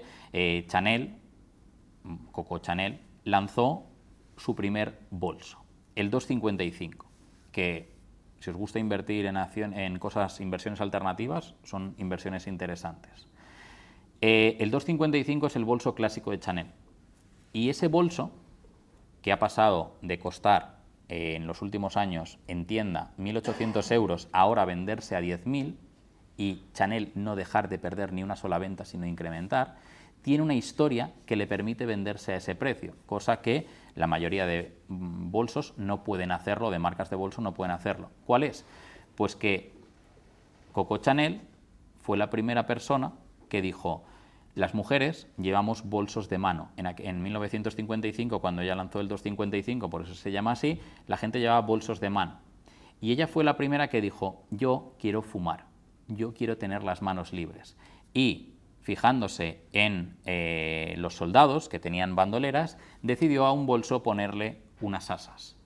Coco Chanel lanzó su primer bolso, el 255, que si os gusta invertir en inversiones alternativas, son inversiones interesantes. El 255 es el bolso clásico de Chanel. Y ese bolso, que ha pasado de costar en los últimos años en tienda 1.800 euros, ahora venderse a 10.000, y Chanel no dejar de perder ni una sola venta, sino incrementar, tiene una historia que le permite venderse a ese precio, cosa que la mayoría de bolsos no pueden hacerlo, de marcas de bolso no pueden hacerlo. ¿Cuál es? Pues que Coco Chanel fue la primera persona que dijo: las mujeres llevamos bolsos de mano. En 1955, cuando ella lanzó el 255, por eso se llama así, la gente llevaba bolsos de mano. Y ella fue la primera que dijo: yo quiero fumar, yo quiero tener las manos libres. Y fijándose en los soldados que tenían bandoleras, decidió a un bolso ponerle unas asas.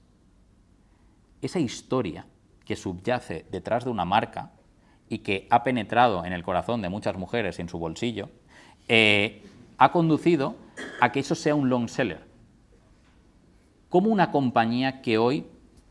Esa historia que subyace detrás de una marca y que ha penetrado en el corazón de muchas mujeres en su bolsillo, ha conducido a que eso sea un long seller. Como una compañía que hoy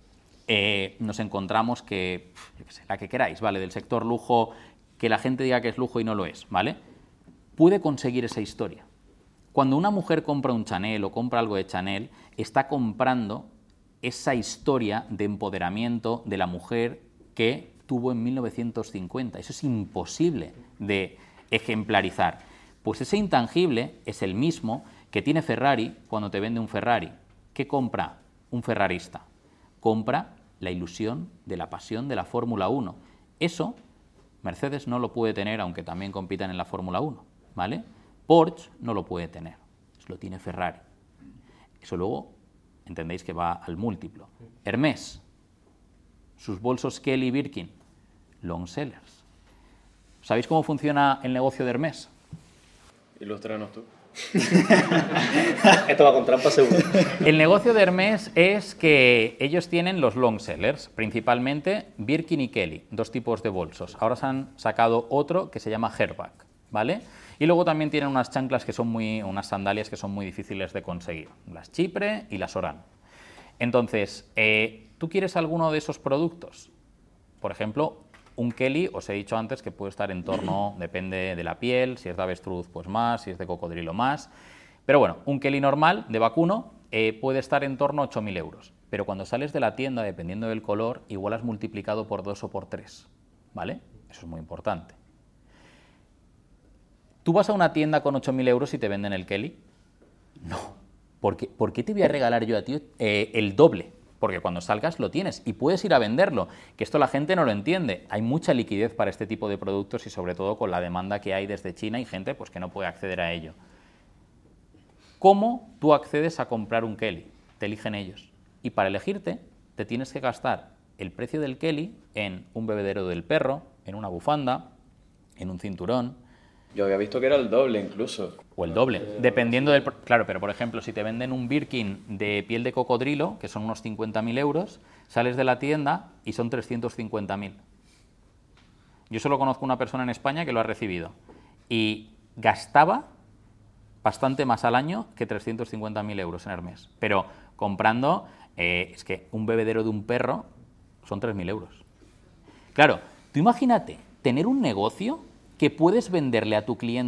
nos encontramos que, yo qué sé, la que queráis, ¿vale? Del sector lujo, que la gente diga que es lujo y no lo es, ¿vale? Puede conseguir esa historia. Cuando una mujer compra un Chanel o compra algo de Chanel, está comprando esa historia de empoderamiento de la mujer que tuvo en 1950. Eso es imposible de ejemplarizar. Pues ese intangible es el mismo que tiene Ferrari cuando te vende un Ferrari. ¿Qué compra un ferrarista? Compra la ilusión de la pasión de la Fórmula 1. Eso Mercedes no lo puede tener, aunque también compitan en la Fórmula 1, ¿vale? Porsche no lo puede tener, eso lo tiene Ferrari. Eso luego, entendéis que va al múltiplo. Hermès, sus bolsos Kelly y Birkin, long sellers. ¿Sabéis cómo funciona el negocio de Hermès?
Ilústranos tú.
Esto va con trampa seguro.
El negocio de Hermès es que ellos tienen los long sellers, principalmente Birkin y Kelly, dos tipos de bolsos. Ahora se han sacado otro que se llama Herback, ¿vale? Y luego también tienen unas chanclas que son unas sandalias que son muy difíciles de conseguir, las Chipre y las Oran. Entonces, ¿tú quieres alguno de esos productos? Por ejemplo, un Kelly, os he dicho antes que puede estar en torno, depende de la piel, si es de avestruz pues más, si es de cocodrilo más. Pero bueno, un Kelly normal, de vacuno, puede estar en torno a 8.000 euros. Pero cuando sales de la tienda, dependiendo del color, igual has multiplicado por 2 o por 3, ¿vale? Eso es muy importante. ¿Tú vas a una tienda con 8.000 euros y te venden el Kelly? No. ¿Por qué te voy a regalar yo a ti el doble? Porque cuando salgas lo tienes y puedes ir a venderlo, que esto la gente no lo entiende. Hay mucha liquidez para este tipo de productos y sobre todo con la demanda que hay desde China y gente pues, que no puede acceder a ello. ¿Cómo tú accedes a comprar un Kelly? Te eligen ellos. Y para elegirte te tienes que gastar el precio del Kelly en un bebedero del perro, en una bufanda, en un cinturón.
Yo había visto que era el doble incluso.
O el doble, dependiendo del... Claro, pero por ejemplo, si te venden un Birkin de piel de cocodrilo, que son unos 50.000 euros, sales de la tienda y son 350.000. Yo solo conozco una persona en España que lo ha recibido y gastaba bastante más al año que 350.000 euros en Hermès. Pero comprando, es que un bebedero de un perro son 3.000 euros. Claro, tú imagínate tener un negocio que puedes venderle a tu cliente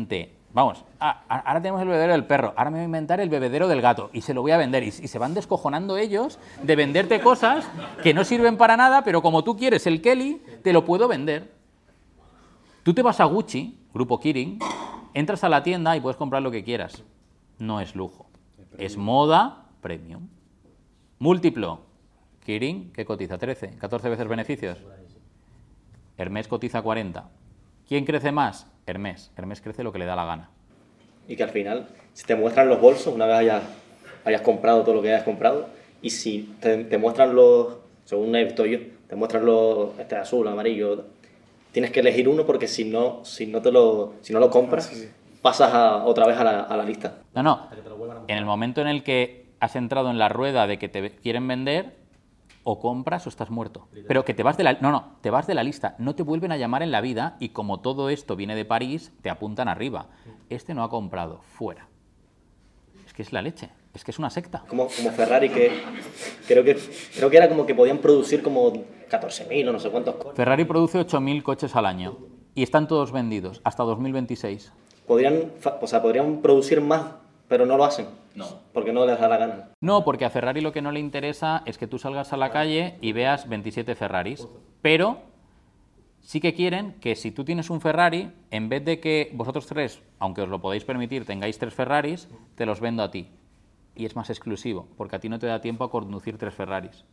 Vamos, ahora tenemos el bebedero del perro, ahora me voy a inventar el bebedero del gato y se lo voy a vender. Y se van descojonando ellos de venderte cosas que no sirven para nada, pero como tú quieres el Kelly, te lo puedo vender. Tú te vas a Gucci, Grupo Kering, entras a la tienda y puedes comprar lo que quieras. No es lujo, es moda premium. Múltiplo, Kering, ¿qué cotiza? 13, 14 veces beneficios. Hermès cotiza 40. ¿Quién crece más? Hermès. Hermès crece lo que le da la gana.
Y que al final, si te muestran los bolsos, una vez hayas comprado todo lo que hayas comprado, y si te muestran los, según he visto yo, te muestran los, azul, amarillo, tienes que elegir uno porque si no lo compras, pasas otra vez a la lista.
No. En el momento en el que has entrado en la rueda de que te quieren vender, o compras o estás muerto. Pero que te vas de la... No, te vas de la lista. No te vuelven a llamar en la vida y como todo esto viene de París, te apuntan arriba. Este no ha comprado, fuera. Es que es la leche. Es que es una secta.
Como Ferrari, que creo que era como que podían producir como 14.000 o no sé cuántos coches.
Ferrari produce 8.000 coches al año y están todos vendidos hasta 2026.
Podrían producir más, pero no lo hacen. No. Porque no les da la gana.
No, porque a Ferrari lo que no le interesa es que tú salgas a la calle y veas 27 Ferraris. Pero sí que quieren que si tú tienes un Ferrari, en vez de que vosotros tres, aunque os lo podéis permitir, tengáis 3 Ferraris, te los vendo a ti. Y es más exclusivo, porque a ti no te da tiempo a conducir 3 Ferraris.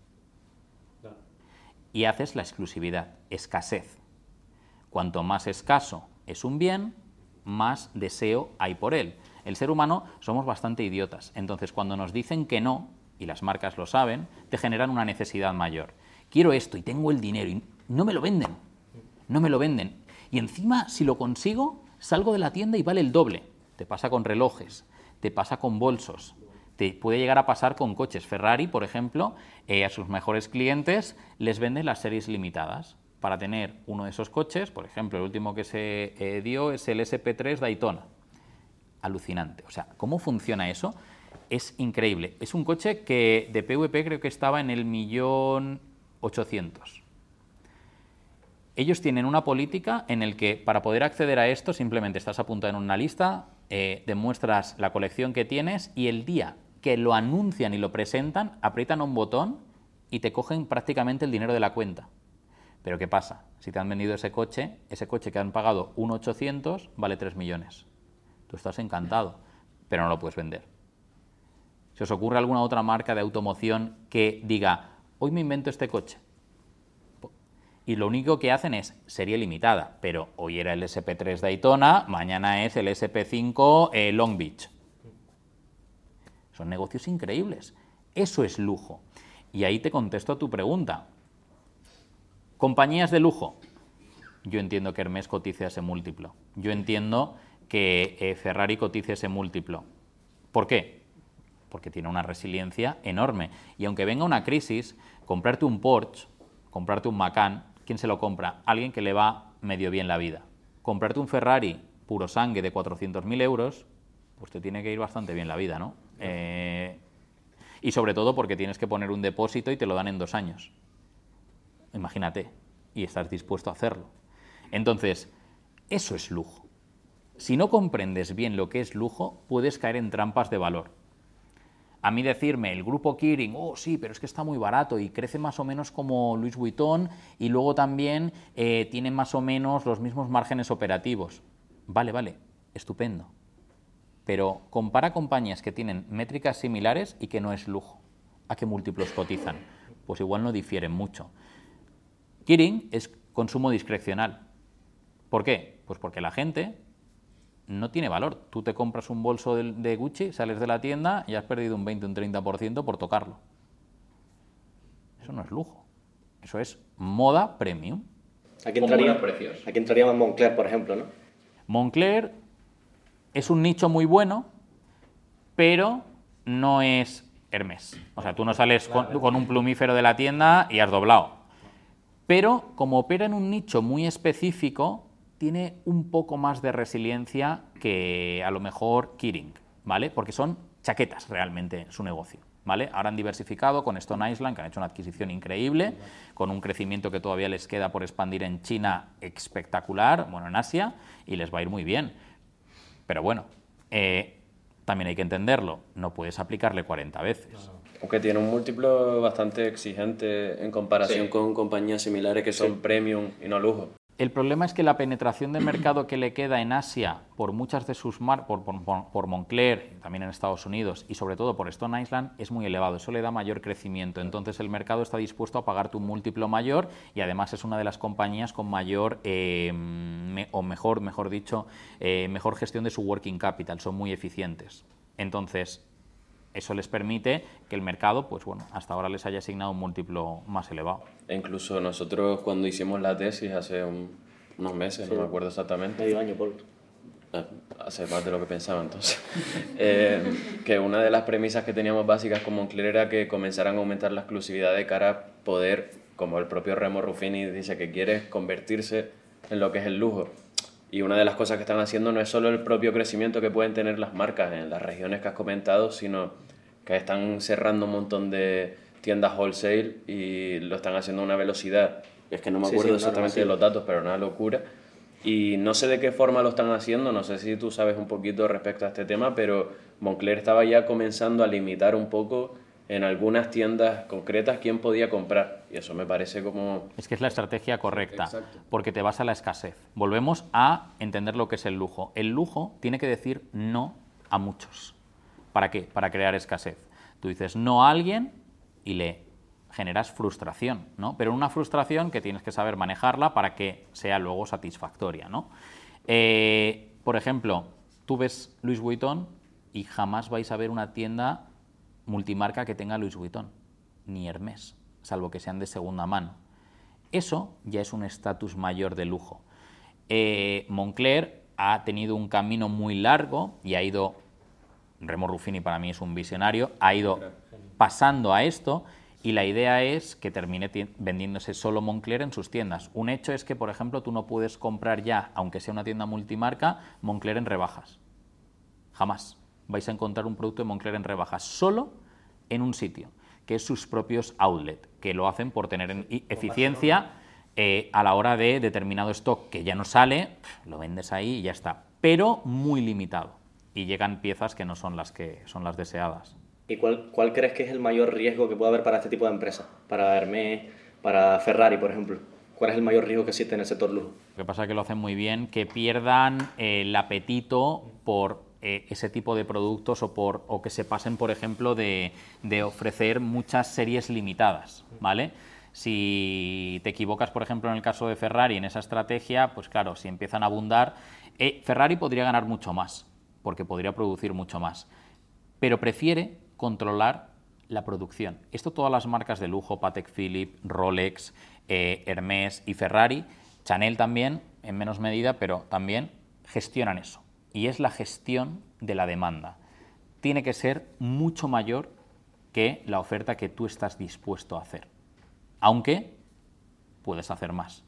Y haces la exclusividad, escasez. Cuanto más escaso es un bien, más deseo hay por él. El ser humano somos bastante idiotas, entonces cuando nos dicen que no, y las marcas lo saben, te generan una necesidad mayor. Quiero esto y tengo el dinero y no me lo venden, no me lo venden. Y encima, si lo consigo, salgo de la tienda y vale el doble. Te pasa con relojes, te pasa con bolsos, te puede llegar a pasar con coches. Ferrari, por ejemplo, a sus mejores clientes les vende las series limitadas. Para tener uno de esos coches, por ejemplo, el último que se dio es el SP3 Daytona. Alucinante. O sea, ¿cómo funciona eso? Es increíble. Es un coche que de PVP creo que estaba en el 1.800.000. Ellos tienen una política en el que para poder acceder a esto simplemente estás apuntado en una lista, demuestras la colección que tienes y el día que lo anuncian y lo presentan, aprietan un botón y te cogen prácticamente el dinero de la cuenta. Pero ¿qué pasa? Si te han vendido ese coche que han pagado 1.800.000 vale 3 millones. Tú estás encantado, pero no lo puedes vender. ¿Se os ocurre alguna otra marca de automoción que diga, hoy me invento este coche? Y lo único que hacen es serie limitada, pero hoy era el SP3 Daytona, mañana es el SP5 Long Beach. Son negocios increíbles. Eso es lujo. Y ahí te contesto a tu pregunta. Compañías de lujo. Yo entiendo que Hermès cotice ese múltiplo. Yo entiendo que Ferrari cotice ese múltiplo. ¿Por qué? Porque tiene una resiliencia enorme. Y aunque venga una crisis, comprarte un Porsche, comprarte un Macan, ¿quién se lo compra? Alguien que le va medio bien la vida. Comprarte un Ferrari puro sangue de 400.000 euros, pues te tiene que ir bastante bien la vida, ¿no? Y sobre todo porque tienes que poner un depósito y te lo dan en 2 años. Imagínate, y estás dispuesto a hacerlo. Entonces, eso es lujo. Si no comprendes bien lo que es lujo, puedes caer en trampas de valor. A mí decirme, el grupo Kering, oh sí, pero es que está muy barato y crece más o menos como Louis Vuitton y luego también tiene más o menos los mismos márgenes operativos. Vale, estupendo. Pero compara compañías que tienen métricas similares y que no es lujo. ¿A qué múltiplos cotizan? Pues igual no difieren mucho. Kering es consumo discrecional. ¿Por qué? Pues porque la gente no tiene valor. Tú te compras un bolso de Gucci, sales de la tienda y has perdido un 20 o un 30% por tocarlo. Eso no es lujo. Eso es moda premium.
Aquí entraría Moncler, por ejemplo, ¿no?
Moncler es un nicho muy bueno, pero no es Hermès. O sea, tú no sales con un plumífero de la tienda y has doblado. Pero como opera en un nicho muy específico, tiene un poco más de resiliencia que a lo mejor Kering, ¿vale? Porque son chaquetas realmente su negocio, ¿vale? Ahora han diversificado con Stone Island, que han hecho una adquisición increíble, con un crecimiento que todavía les queda por expandir en China espectacular, bueno, en Asia, y les va a ir muy bien. Pero bueno, también hay que entenderlo, no puedes aplicarle 40 veces.
Aunque tiene un múltiplo bastante exigente en comparación con compañías similares que son premium y no lujo.
El problema es que la penetración de mercado que le queda en Asia por muchas de sus marcas, por Moncler, también en Estados Unidos y sobre todo por Stone Island, es muy elevado. Eso le da mayor crecimiento. Entonces el mercado está dispuesto a pagarte un múltiplo mayor y además es una de las compañías con mayor, mejor gestión de su working capital. Son muy eficientes. Entonces eso les permite que el mercado, pues bueno, hasta ahora les haya asignado un múltiplo más elevado.
E incluso nosotros cuando hicimos la tesis hace unos meses, no me acuerdo exactamente.
Medio año, Paul.
Hace más de lo que pensaba entonces. Que una de las premisas que teníamos básicas con Moncler era que comenzaran a aumentar la exclusividad de cara a poder, como el propio Remo Ruffini dice que quiere, convertirse en lo que es el lujo. Y una de las cosas que están haciendo no es solo el propio crecimiento que pueden tener las marcas en las regiones que has comentado, sino que están cerrando un montón de tiendas wholesale y lo están haciendo a una velocidad. Es que no me acuerdo exactamente de los datos, pero una locura. Y no sé de qué forma lo están haciendo, no sé si tú sabes un poquito respecto a este tema, pero Moncler estaba ya comenzando a limitar un poco en algunas tiendas concretas quién podía comprar. Y eso me parece como...
Es que es la estrategia correcta,
Exacto.
porque te vas a la escasez. Volvemos a entender lo que es el lujo. El lujo tiene que decir no a muchos. ¿Para qué? Para crear escasez. Tú dices no a alguien y le generas frustración, ¿no? Pero una frustración que tienes que saber manejarla para que sea luego satisfactoria, ¿no? Por ejemplo, tú ves Louis Vuitton y jamás vais a ver una tienda multimarca que tenga Louis Vuitton, ni Hermès, salvo que sean de segunda mano. Eso ya es un estatus mayor de lujo. Moncler ha tenido un camino muy largo y ha ido, Remo Ruffini para mí es un visionario, ha ido pasando a esto y la idea es que termine vendiéndose solo Moncler en sus tiendas. Un hecho es que, por ejemplo, tú no puedes comprar ya, aunque sea una tienda multimarca, Moncler en rebajas. Jamás vais a encontrar un producto de Moncler en rebajas, solo en un sitio, que es sus propios outlet, que lo hacen por tener eficiencia a la hora de determinado stock que ya no sale, lo vendes ahí y ya está, pero muy limitado. Y llegan piezas que no son las deseadas.
¿Y cuál crees que es el mayor riesgo que puede haber para este tipo de empresas? Para Hermès, para Ferrari, por ejemplo. ¿Cuál es el mayor riesgo que existe en el sector lujo?
Lo que pasa es que lo hacen muy bien, que pierdan el apetito por ese tipo de productos o que se pasen, por ejemplo, de ofrecer muchas series limitadas, ¿vale? Si te equivocas, por ejemplo, en el caso de Ferrari, en esa estrategia, pues claro, si empiezan a abundar, Ferrari podría ganar mucho más, porque podría producir mucho más, pero prefiere controlar la producción. Esto todas las marcas de lujo, Patek Philippe, Rolex, Hermès y Ferrari, Chanel también, en menos medida, pero también gestionan eso. Y es la gestión de la demanda. Tiene que ser mucho mayor que la oferta que tú estás dispuesto a hacer. Aunque puedes hacer más.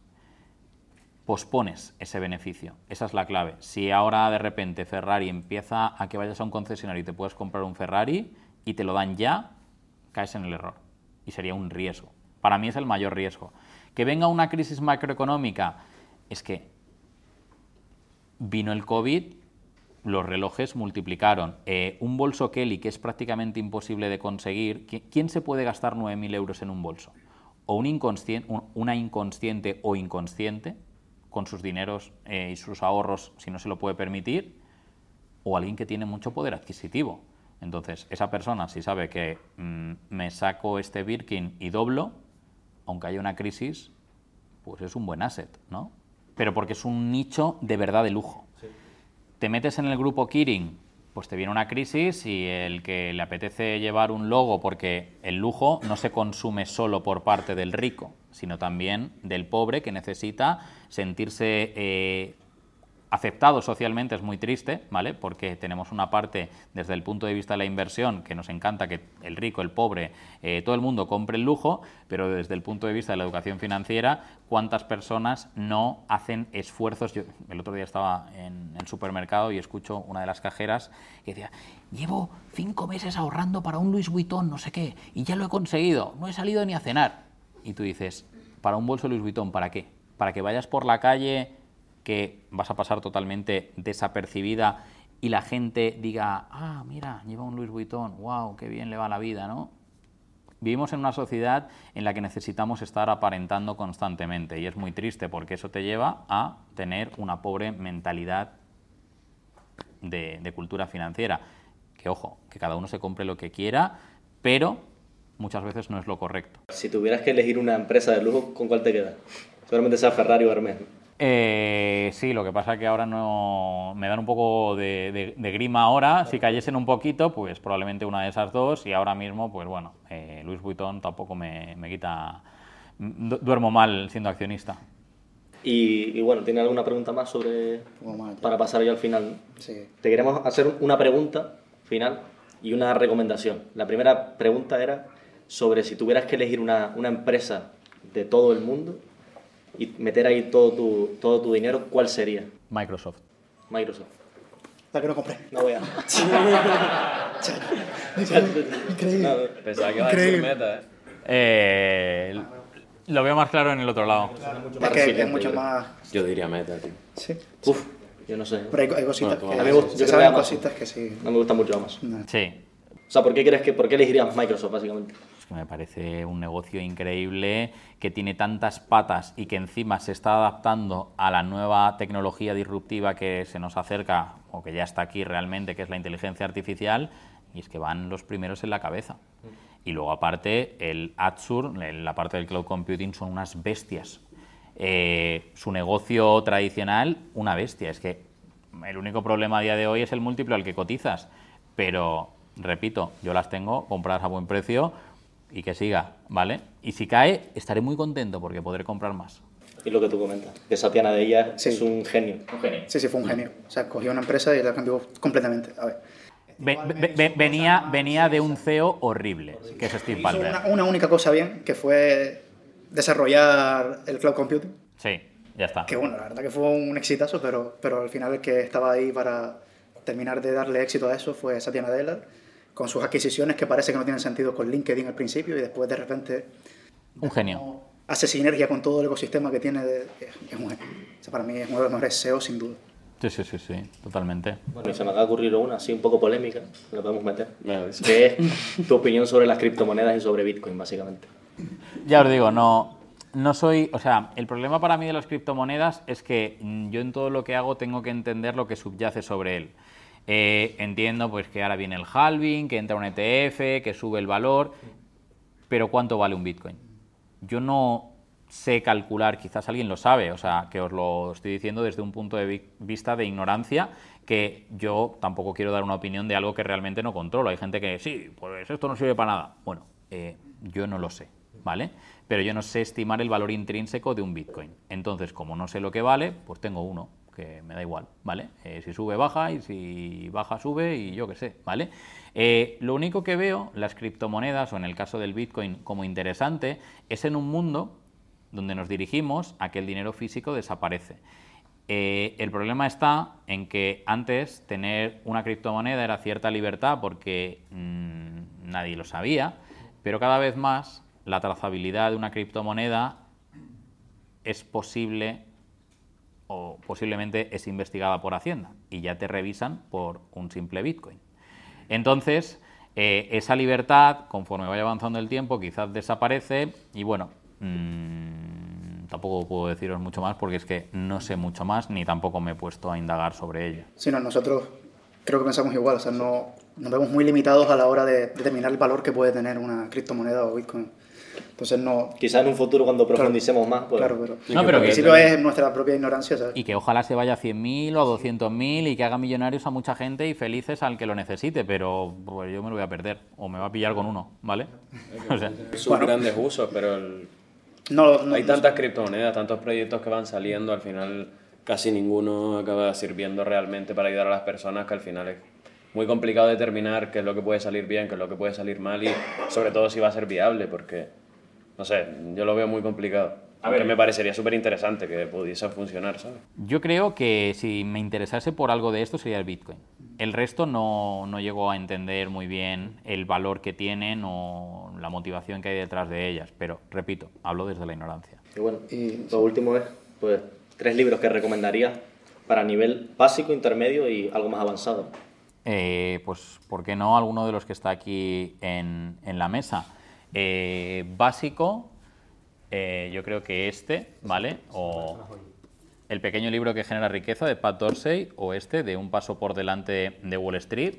Pospones ese beneficio. Esa es la clave. Si ahora de repente Ferrari empieza a que vayas a un concesionario y te puedes comprar un Ferrari y te lo dan ya, caes en el error. Y sería un riesgo. Para mí es el mayor riesgo. Que venga una crisis macroeconómica, es que vino el COVID, los relojes multiplicaron. Un bolso Kelly, que es prácticamente imposible de conseguir, ¿quién se puede gastar 9.000 euros en un bolso? O una inconsciente o inconsciente, con sus dineros y sus ahorros, si no se lo puede permitir, o alguien que tiene mucho poder adquisitivo. Entonces, esa persona, si sabe que me saco este Birkin y doblo, aunque haya una crisis, pues es un buen asset, ¿no? Pero porque es un nicho de verdad de lujo. Sí. Te metes en el grupo Kering, pues te viene una crisis y el que le apetece llevar un logo, porque el lujo no se consume solo por parte del rico, sino también del pobre que necesita sentirse aceptado socialmente. Es muy triste, ¿vale? Porque tenemos una parte desde el punto de vista de la inversión que nos encanta que el rico, el pobre, todo el mundo compre el lujo, pero desde el punto de vista de la educación financiera, ¿cuántas personas no hacen esfuerzos? Yo el otro día estaba en el supermercado y escucho una de las cajeras que decía: llevo 5 meses ahorrando para un Louis Vuitton, no sé qué, y ya lo he conseguido, no he salido ni a cenar. Y tú dices, ¿para un bolso Louis Vuitton? ¿Para qué? ¿Para que vayas por la calle, que vas a pasar totalmente desapercibida y la gente diga, ah, mira, lleva un Louis Vuitton, wow, qué bien le va la vida, ¿no? Vivimos en una sociedad en la que necesitamos estar aparentando constantemente y es muy triste porque eso te lleva a tener una pobre mentalidad de cultura financiera. Que ojo, que cada uno se compre lo que quiera, pero muchas veces no es lo correcto.
Si tuvieras que elegir una empresa de lujo, ¿con cuál te quedas? Seguramente sea Ferrari o Hermès, ¿no?
Sí, lo que pasa es que ahora no me dan un poco de grima ahora. Si cayesen un poquito, pues probablemente una de esas dos. Y ahora mismo, pues bueno, Louis Vuitton tampoco me quita... Duermo mal siendo accionista.
Y bueno, ¿tiene alguna pregunta más sobre... para pasar ya al final?
Sí.
Te queremos hacer una pregunta final y una recomendación. La primera pregunta era sobre si tuvieras que elegir una empresa de todo el mundo y meter ahí todo tu dinero, ¿cuál sería?
Microsoft.
Microsoft.
La que no compré.
No voy a...
Increíble.
No,
Pensaba que iba a decir Meta,
Lo veo más claro en el otro lado.
mucho
Es
más
que es
resiliente,
mucho
yo creo.
más...
Yo diría Meta, tío.
Sí.
Uf, yo no sé.
Pero hay cositas
Bueno,
que...
a mí
me gusta- yo
se
creo que
saben
Amazon.
cositas que sí.
No me gusta mucho Amazon.
No.
Sí.
O sea, ¿por qué elegirías Microsoft, básicamente?
Es que me parece un negocio increíble que tiene tantas patas y que encima se está adaptando a la nueva tecnología disruptiva que se nos acerca o que ya está aquí realmente, que es la inteligencia artificial, y es que van los primeros en la cabeza. Y luego aparte el Azure, la parte del cloud computing, son unas bestias. Su negocio tradicional, una bestia. Es que el único problema a día de hoy es el múltiplo al que cotizas, pero... Repito, yo las tengo compradas a buen precio y que siga, ¿vale? Y si cae, estaré muy contento porque podré comprar más.
Y lo que tú comentas, que Satya Nadella
Sí.
es un genio.
Sí, fue un genio. O sea, cogió una empresa y la cambió completamente. A ver.
Venía de un CEO horrible, que es Steve
Hizo
Ballmer.
una única cosa bien, que fue desarrollar el cloud computing.
Sí, ya está.
Que bueno, la verdad que fue un exitazo, pero al final el que estaba ahí para terminar de darle éxito a eso fue Satya Nadella, con sus adquisiciones que parece que no tienen sentido con LinkedIn al principio y después de repente
Un genio.
hace sinergia con todo el ecosistema que tiene. Es un genio. O sea, para mí es uno de los mejores SEO sin duda.
Sí, totalmente.
Bueno, y se me acaba de ocurrir una así un poco polémica, la podemos meter,
Venga, dice.
que es tu opinión sobre las criptomonedas y sobre Bitcoin, básicamente.
Ya os digo, no soy... O sea, el problema para mí de las criptomonedas es que yo en todo lo que hago tengo que entender lo que subyace sobre él. Entiendo pues que ahora viene el halving, que entra un ETF, que sube el valor, pero ¿cuánto vale un Bitcoin? Yo no sé calcular, quizás alguien lo sabe, o sea, que os lo estoy diciendo desde un punto de vista de ignorancia, que yo tampoco quiero dar una opinión de algo que realmente no controlo. Hay gente que, sí, pues esto no sirve para nada. Bueno, yo no lo sé, ¿vale? Pero yo no sé estimar el valor intrínseco de un Bitcoin. Entonces, como no sé lo que vale, pues tengo uno, que me da igual, ¿vale? Si sube, baja, y si baja, sube, y yo qué sé, ¿vale? Lo único que veo, las criptomonedas, o en el caso del Bitcoin, como interesante, es en un mundo donde nos dirigimos a que el dinero físico desaparece. El problema está en que antes tener una criptomoneda era cierta libertad porque nadie lo sabía, pero cada vez más la trazabilidad de una criptomoneda es posible o posiblemente es investigada por Hacienda y ya te revisan por un simple Bitcoin. Entonces, esa libertad, conforme vaya avanzando el tiempo, quizás desaparece y bueno, tampoco puedo deciros mucho más porque es que no sé mucho más ni tampoco me he puesto a indagar sobre ello.
Sí, no, nosotros creo que pensamos igual, o sea, nos vemos muy limitados a la hora de determinar el valor que puede tener una criptomoneda o Bitcoin. Entonces no...
Quizás en un futuro cuando profundicemos más, pues...
Claro, pero
No, pero
al
que-
principio es nuestra propia ignorancia, ¿sabes?
Y que ojalá se vaya a 100.000 o a 200.000 y que haga millonarios a mucha gente y felices al que lo necesite, pero pues, yo me lo voy a perder o me va a pillar con uno, ¿vale? O sea,
Sus grandes usos, pero
No,
hay tantas criptomonedas, tantos proyectos que van saliendo, al final casi ninguno acaba sirviendo realmente para ayudar a las personas, que al final es muy complicado determinar qué es lo que puede salir bien, qué es lo que puede salir mal y sobre todo si va a ser viable, porque, no sé, yo lo veo muy complicado. Aunque me parecería súper interesante que pudiese funcionar, ¿sabes?
yo creo que si me interesase por algo de esto sería el Bitcoin. El resto no llego a entender muy bien el valor que tienen o la motivación que hay detrás de ellas, pero repito, hablo desde la ignorancia.
Y bueno,
Y-
lo último es, pues, 3 libros que recomendarías para nivel básico, intermedio y algo más avanzado.
Pues, ¿por qué no alguno de los que está aquí en la mesa? Básico, yo creo que ¿vale? O El pequeño libro que genera riqueza, de Pat Dorsey, o de Un paso por delante de Wall Street.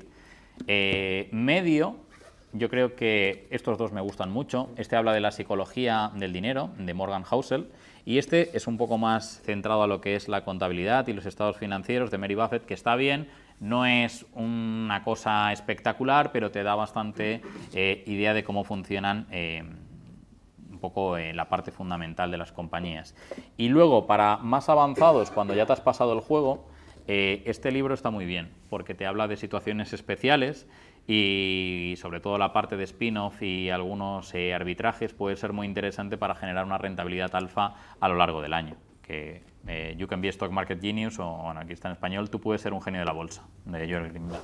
Medio, yo creo que estos dos me gustan mucho. Habla de la psicología del dinero, de Morgan Housel, y es un poco más centrado a lo que es la contabilidad y los estados financieros, de Mary Buffett, que está bien. No es una cosa espectacular, pero te da bastante idea de cómo funcionan un poco la parte fundamental de las compañías. Y luego, para más avanzados, cuando ya te has pasado el juego, este libro está muy bien, porque te habla de situaciones especiales y sobre todo la parte de spin-off y algunos arbitrajes puede ser muy interesante para generar una rentabilidad alfa a lo largo del año. Que You Can Be a Stock Market Genius, o bueno, aquí está en español, Tú puedes ser un genio de la bolsa, de George Greenblatt.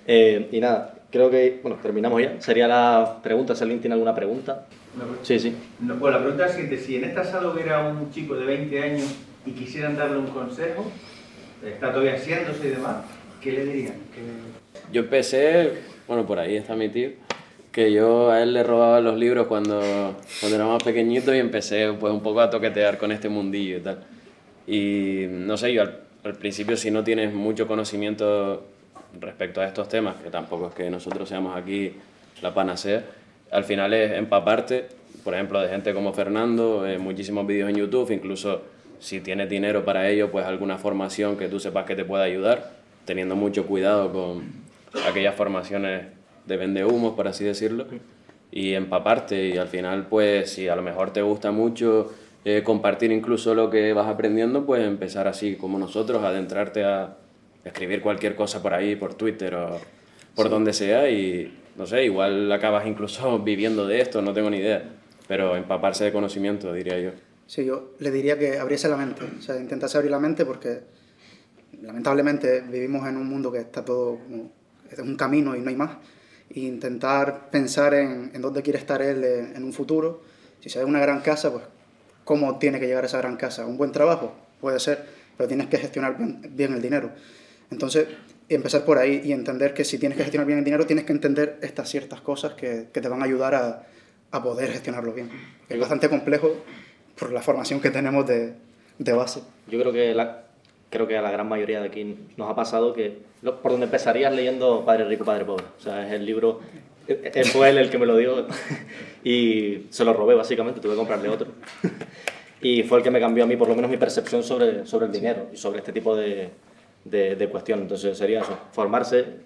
Y nada, creo que, bueno, terminamos ya. Sería la pregunta, si alguien tiene alguna pregunta. Sí, sí.
No, pues la pregunta es la siguiente: si en esta sala hubiera un chico de 20 años y quisieran darle un consejo, está todavía haciéndose y demás, ¿qué le dirían?
Yo empecé, bueno, por ahí está mi tío, que yo a él le robaba los libros cuando era más pequeñito y empecé pues un poco a toquetear con este mundillo y tal. Y no sé, yo al principio, si no tienes mucho conocimiento respecto a estos temas, que tampoco es que nosotros seamos aquí la panacea, al final es empaparte, por ejemplo, de gente como Fernando, muchísimos vídeos en YouTube, incluso si tienes dinero para ello, pues alguna formación que tú sepas que te pueda ayudar, teniendo mucho cuidado con aquellas formaciones de vendehumos, por así decirlo, y empaparte. Y al final, pues si a lo mejor te gusta mucho compartir incluso lo que vas aprendiendo, pues empezar así como nosotros, adentrarte a escribir cualquier cosa por ahí, por Twitter o por donde sea, y no sé, igual acabas incluso viviendo de esto, no tengo ni idea, pero empaparse de conocimiento, diría yo.
Sí, yo le diría que abriese la mente, o sea, intentase abrir la mente, porque lamentablemente vivimos en un mundo que está todo como, es un camino y no hay más, e intentar pensar en dónde quiere estar él en un futuro. Si se ve una gran casa, pues cómo tiene que llegar a esa gran casa. Un buen trabajo puede ser, pero tienes que gestionar bien el dinero. Entonces, empezar por ahí y entender que si tienes que gestionar bien el dinero, tienes que entender estas ciertas cosas que te van a ayudar a poder gestionarlo bien. Es bastante complejo por la formación que tenemos de base.
Yo creo que a la gran mayoría de aquí nos ha pasado que por donde empezarías leyendo Padre Rico, Padre Pobre. O sea, es el libro, fue él el que me lo dio y se lo robé básicamente, tuve que comprarle otro. Y fue el que me cambió a mí, por lo menos mi percepción sobre el dinero y sobre este tipo de cuestiones. Entonces sería eso, formarse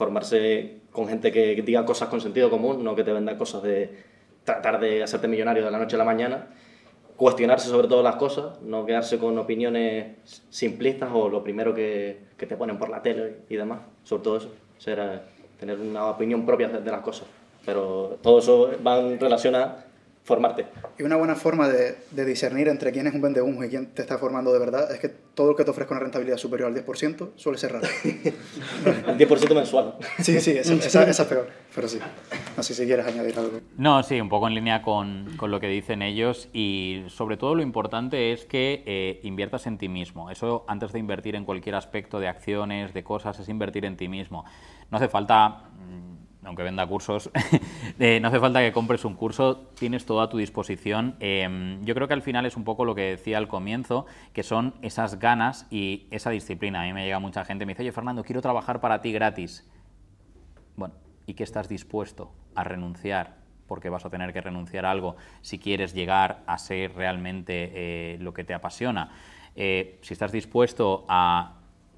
con gente que diga cosas con sentido común, no que te venda cosas de tratar de hacerte millonario de la noche a la mañana. Cuestionarse sobre todas las cosas, no quedarse con opiniones simplistas o lo primero que te ponen por la tele y demás. Sobre todo eso, tener una opinión propia de las cosas. Pero todo eso va en relación a formarte.
Y una buena forma de discernir entre quién es un vendehumos y quién te está formando de verdad es que todo el que te ofrezca una rentabilidad superior al 10% suele ser raro.
El 10% mensual.
Sí, esa es peor, pero sí. No sé si quieres añadir algo.
No, sí, un poco en línea con lo que dicen ellos, y sobre todo lo importante es que inviertas en ti mismo. Eso, antes de invertir en cualquier aspecto de acciones, de cosas, es invertir en ti mismo. No hace falta, aunque venda cursos, no hace falta que compres un curso, tienes todo a tu disposición. Yo creo que al final es un poco lo que decía al comienzo, que son esas ganas y esa disciplina. A mí me llega mucha gente y me dice: oye, Fernando, quiero trabajar para ti gratis. Bueno, ¿y qué estás dispuesto a renunciar? Porque vas a tener que renunciar a algo si quieres llegar a ser realmente lo que te apasiona. Si estás dispuesto a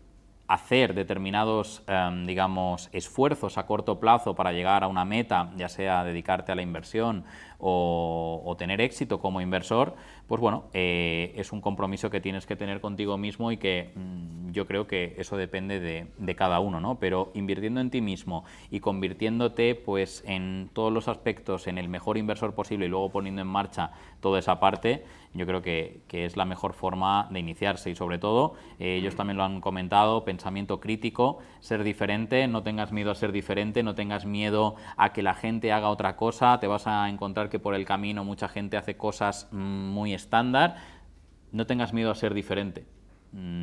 hacer determinados, digamos, esfuerzos a corto plazo para llegar a una meta, ya sea dedicarte a la inversión o tener éxito como inversor, pues bueno, es un compromiso que tienes que tener contigo mismo y que yo creo que eso depende de cada uno, ¿no? Pero invirtiendo en ti mismo y convirtiéndote pues en todos los aspectos en el mejor inversor posible y luego poniendo en marcha toda esa parte, yo creo que es la mejor forma de iniciarse. Y sobre todo, ellos también lo han comentado, pensamiento crítico, ser diferente, no tengas miedo a ser diferente, no tengas miedo a que la gente haga otra cosa. Te vas a encontrar que por el camino mucha gente hace cosas muy estándar. No tengas miedo a ser diferente.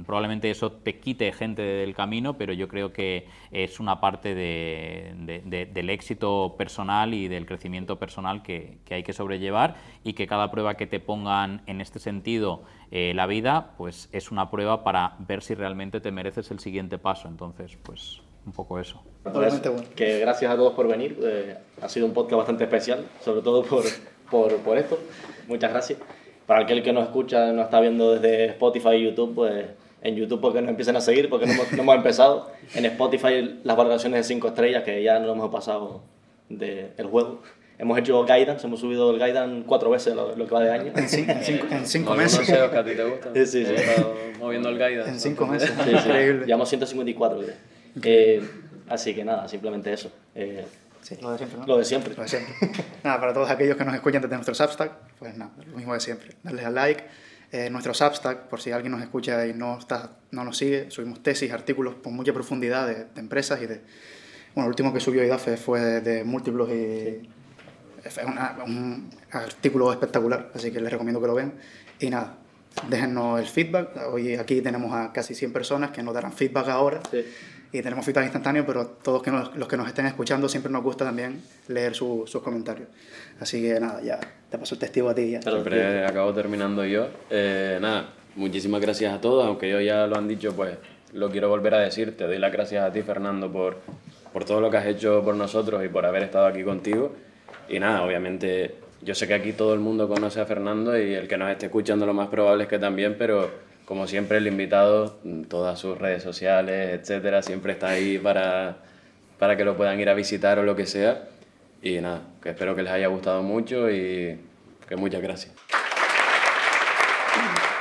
probablemente eso te quite gente del camino, pero yo creo que es una parte del éxito personal y del crecimiento personal que hay que sobrellevar, y que cada prueba que te pongan en este sentido la vida, pues es una prueba para ver si realmente te mereces el siguiente paso. Entonces, pues un poco eso.
Totalmente bueno.
Que gracias a todos por venir. Ha sido un podcast bastante especial, sobre todo por esto. Muchas gracias. Para aquel que nos escucha, nos está viendo desde Spotify y YouTube, pues en YouTube porque nos empiecen a seguir, porque no hemos empezado. En Spotify las valoraciones de 5 estrellas, que ya no hemos pasado del juego. Hemos hecho guidance, hemos subido el guidance 4 veces lo que va de año.
En 5
¿Algunos
meses.
consejos que a ti te gustan?
Sí.
He estado moviendo el guidance.
En 5 meses.
Sí.
Increíble.
Llevamos 154, creo. Así que nada, simplemente eso.
Sí, lo de siempre, ¿no?
Lo de siempre.
Lo de siempre. Nada, para todos aquellos que nos escuchan desde nuestro Substack, pues nada, lo mismo de siempre. Darles al like. Nuestro Substack, por si alguien nos escucha y no nos sigue, subimos tesis, artículos con mucha profundidad de empresas y de... Bueno, el último que subió IDAFE fue de múltiplos y... Fue un artículo espectacular, así que les recomiendo que lo vean. Y nada, déjennos el feedback. Hoy aquí tenemos a casi 100 personas que nos darán feedback ahora.
Sí.
Y tenemos feedback instantáneo, pero todos los que nos estén escuchando siempre nos gusta también leer sus comentarios. Así que nada, ya te paso el testigo a ti. Ya.
Siempre acabo terminando yo. Nada, muchísimas gracias a todos, aunque ellos ya lo han dicho, pues lo quiero volver a decir. Te doy las gracias a ti, Fernando, por todo lo que has hecho por nosotros y por haber estado aquí contigo. Y nada, obviamente yo sé que aquí todo el mundo conoce a Fernando y el que nos esté escuchando lo más probable es que también, pero como siempre el invitado, todas sus redes sociales, etcétera, siempre está ahí para que lo puedan ir a visitar o lo que sea. Y nada, que espero que les haya gustado mucho y que muchas gracias.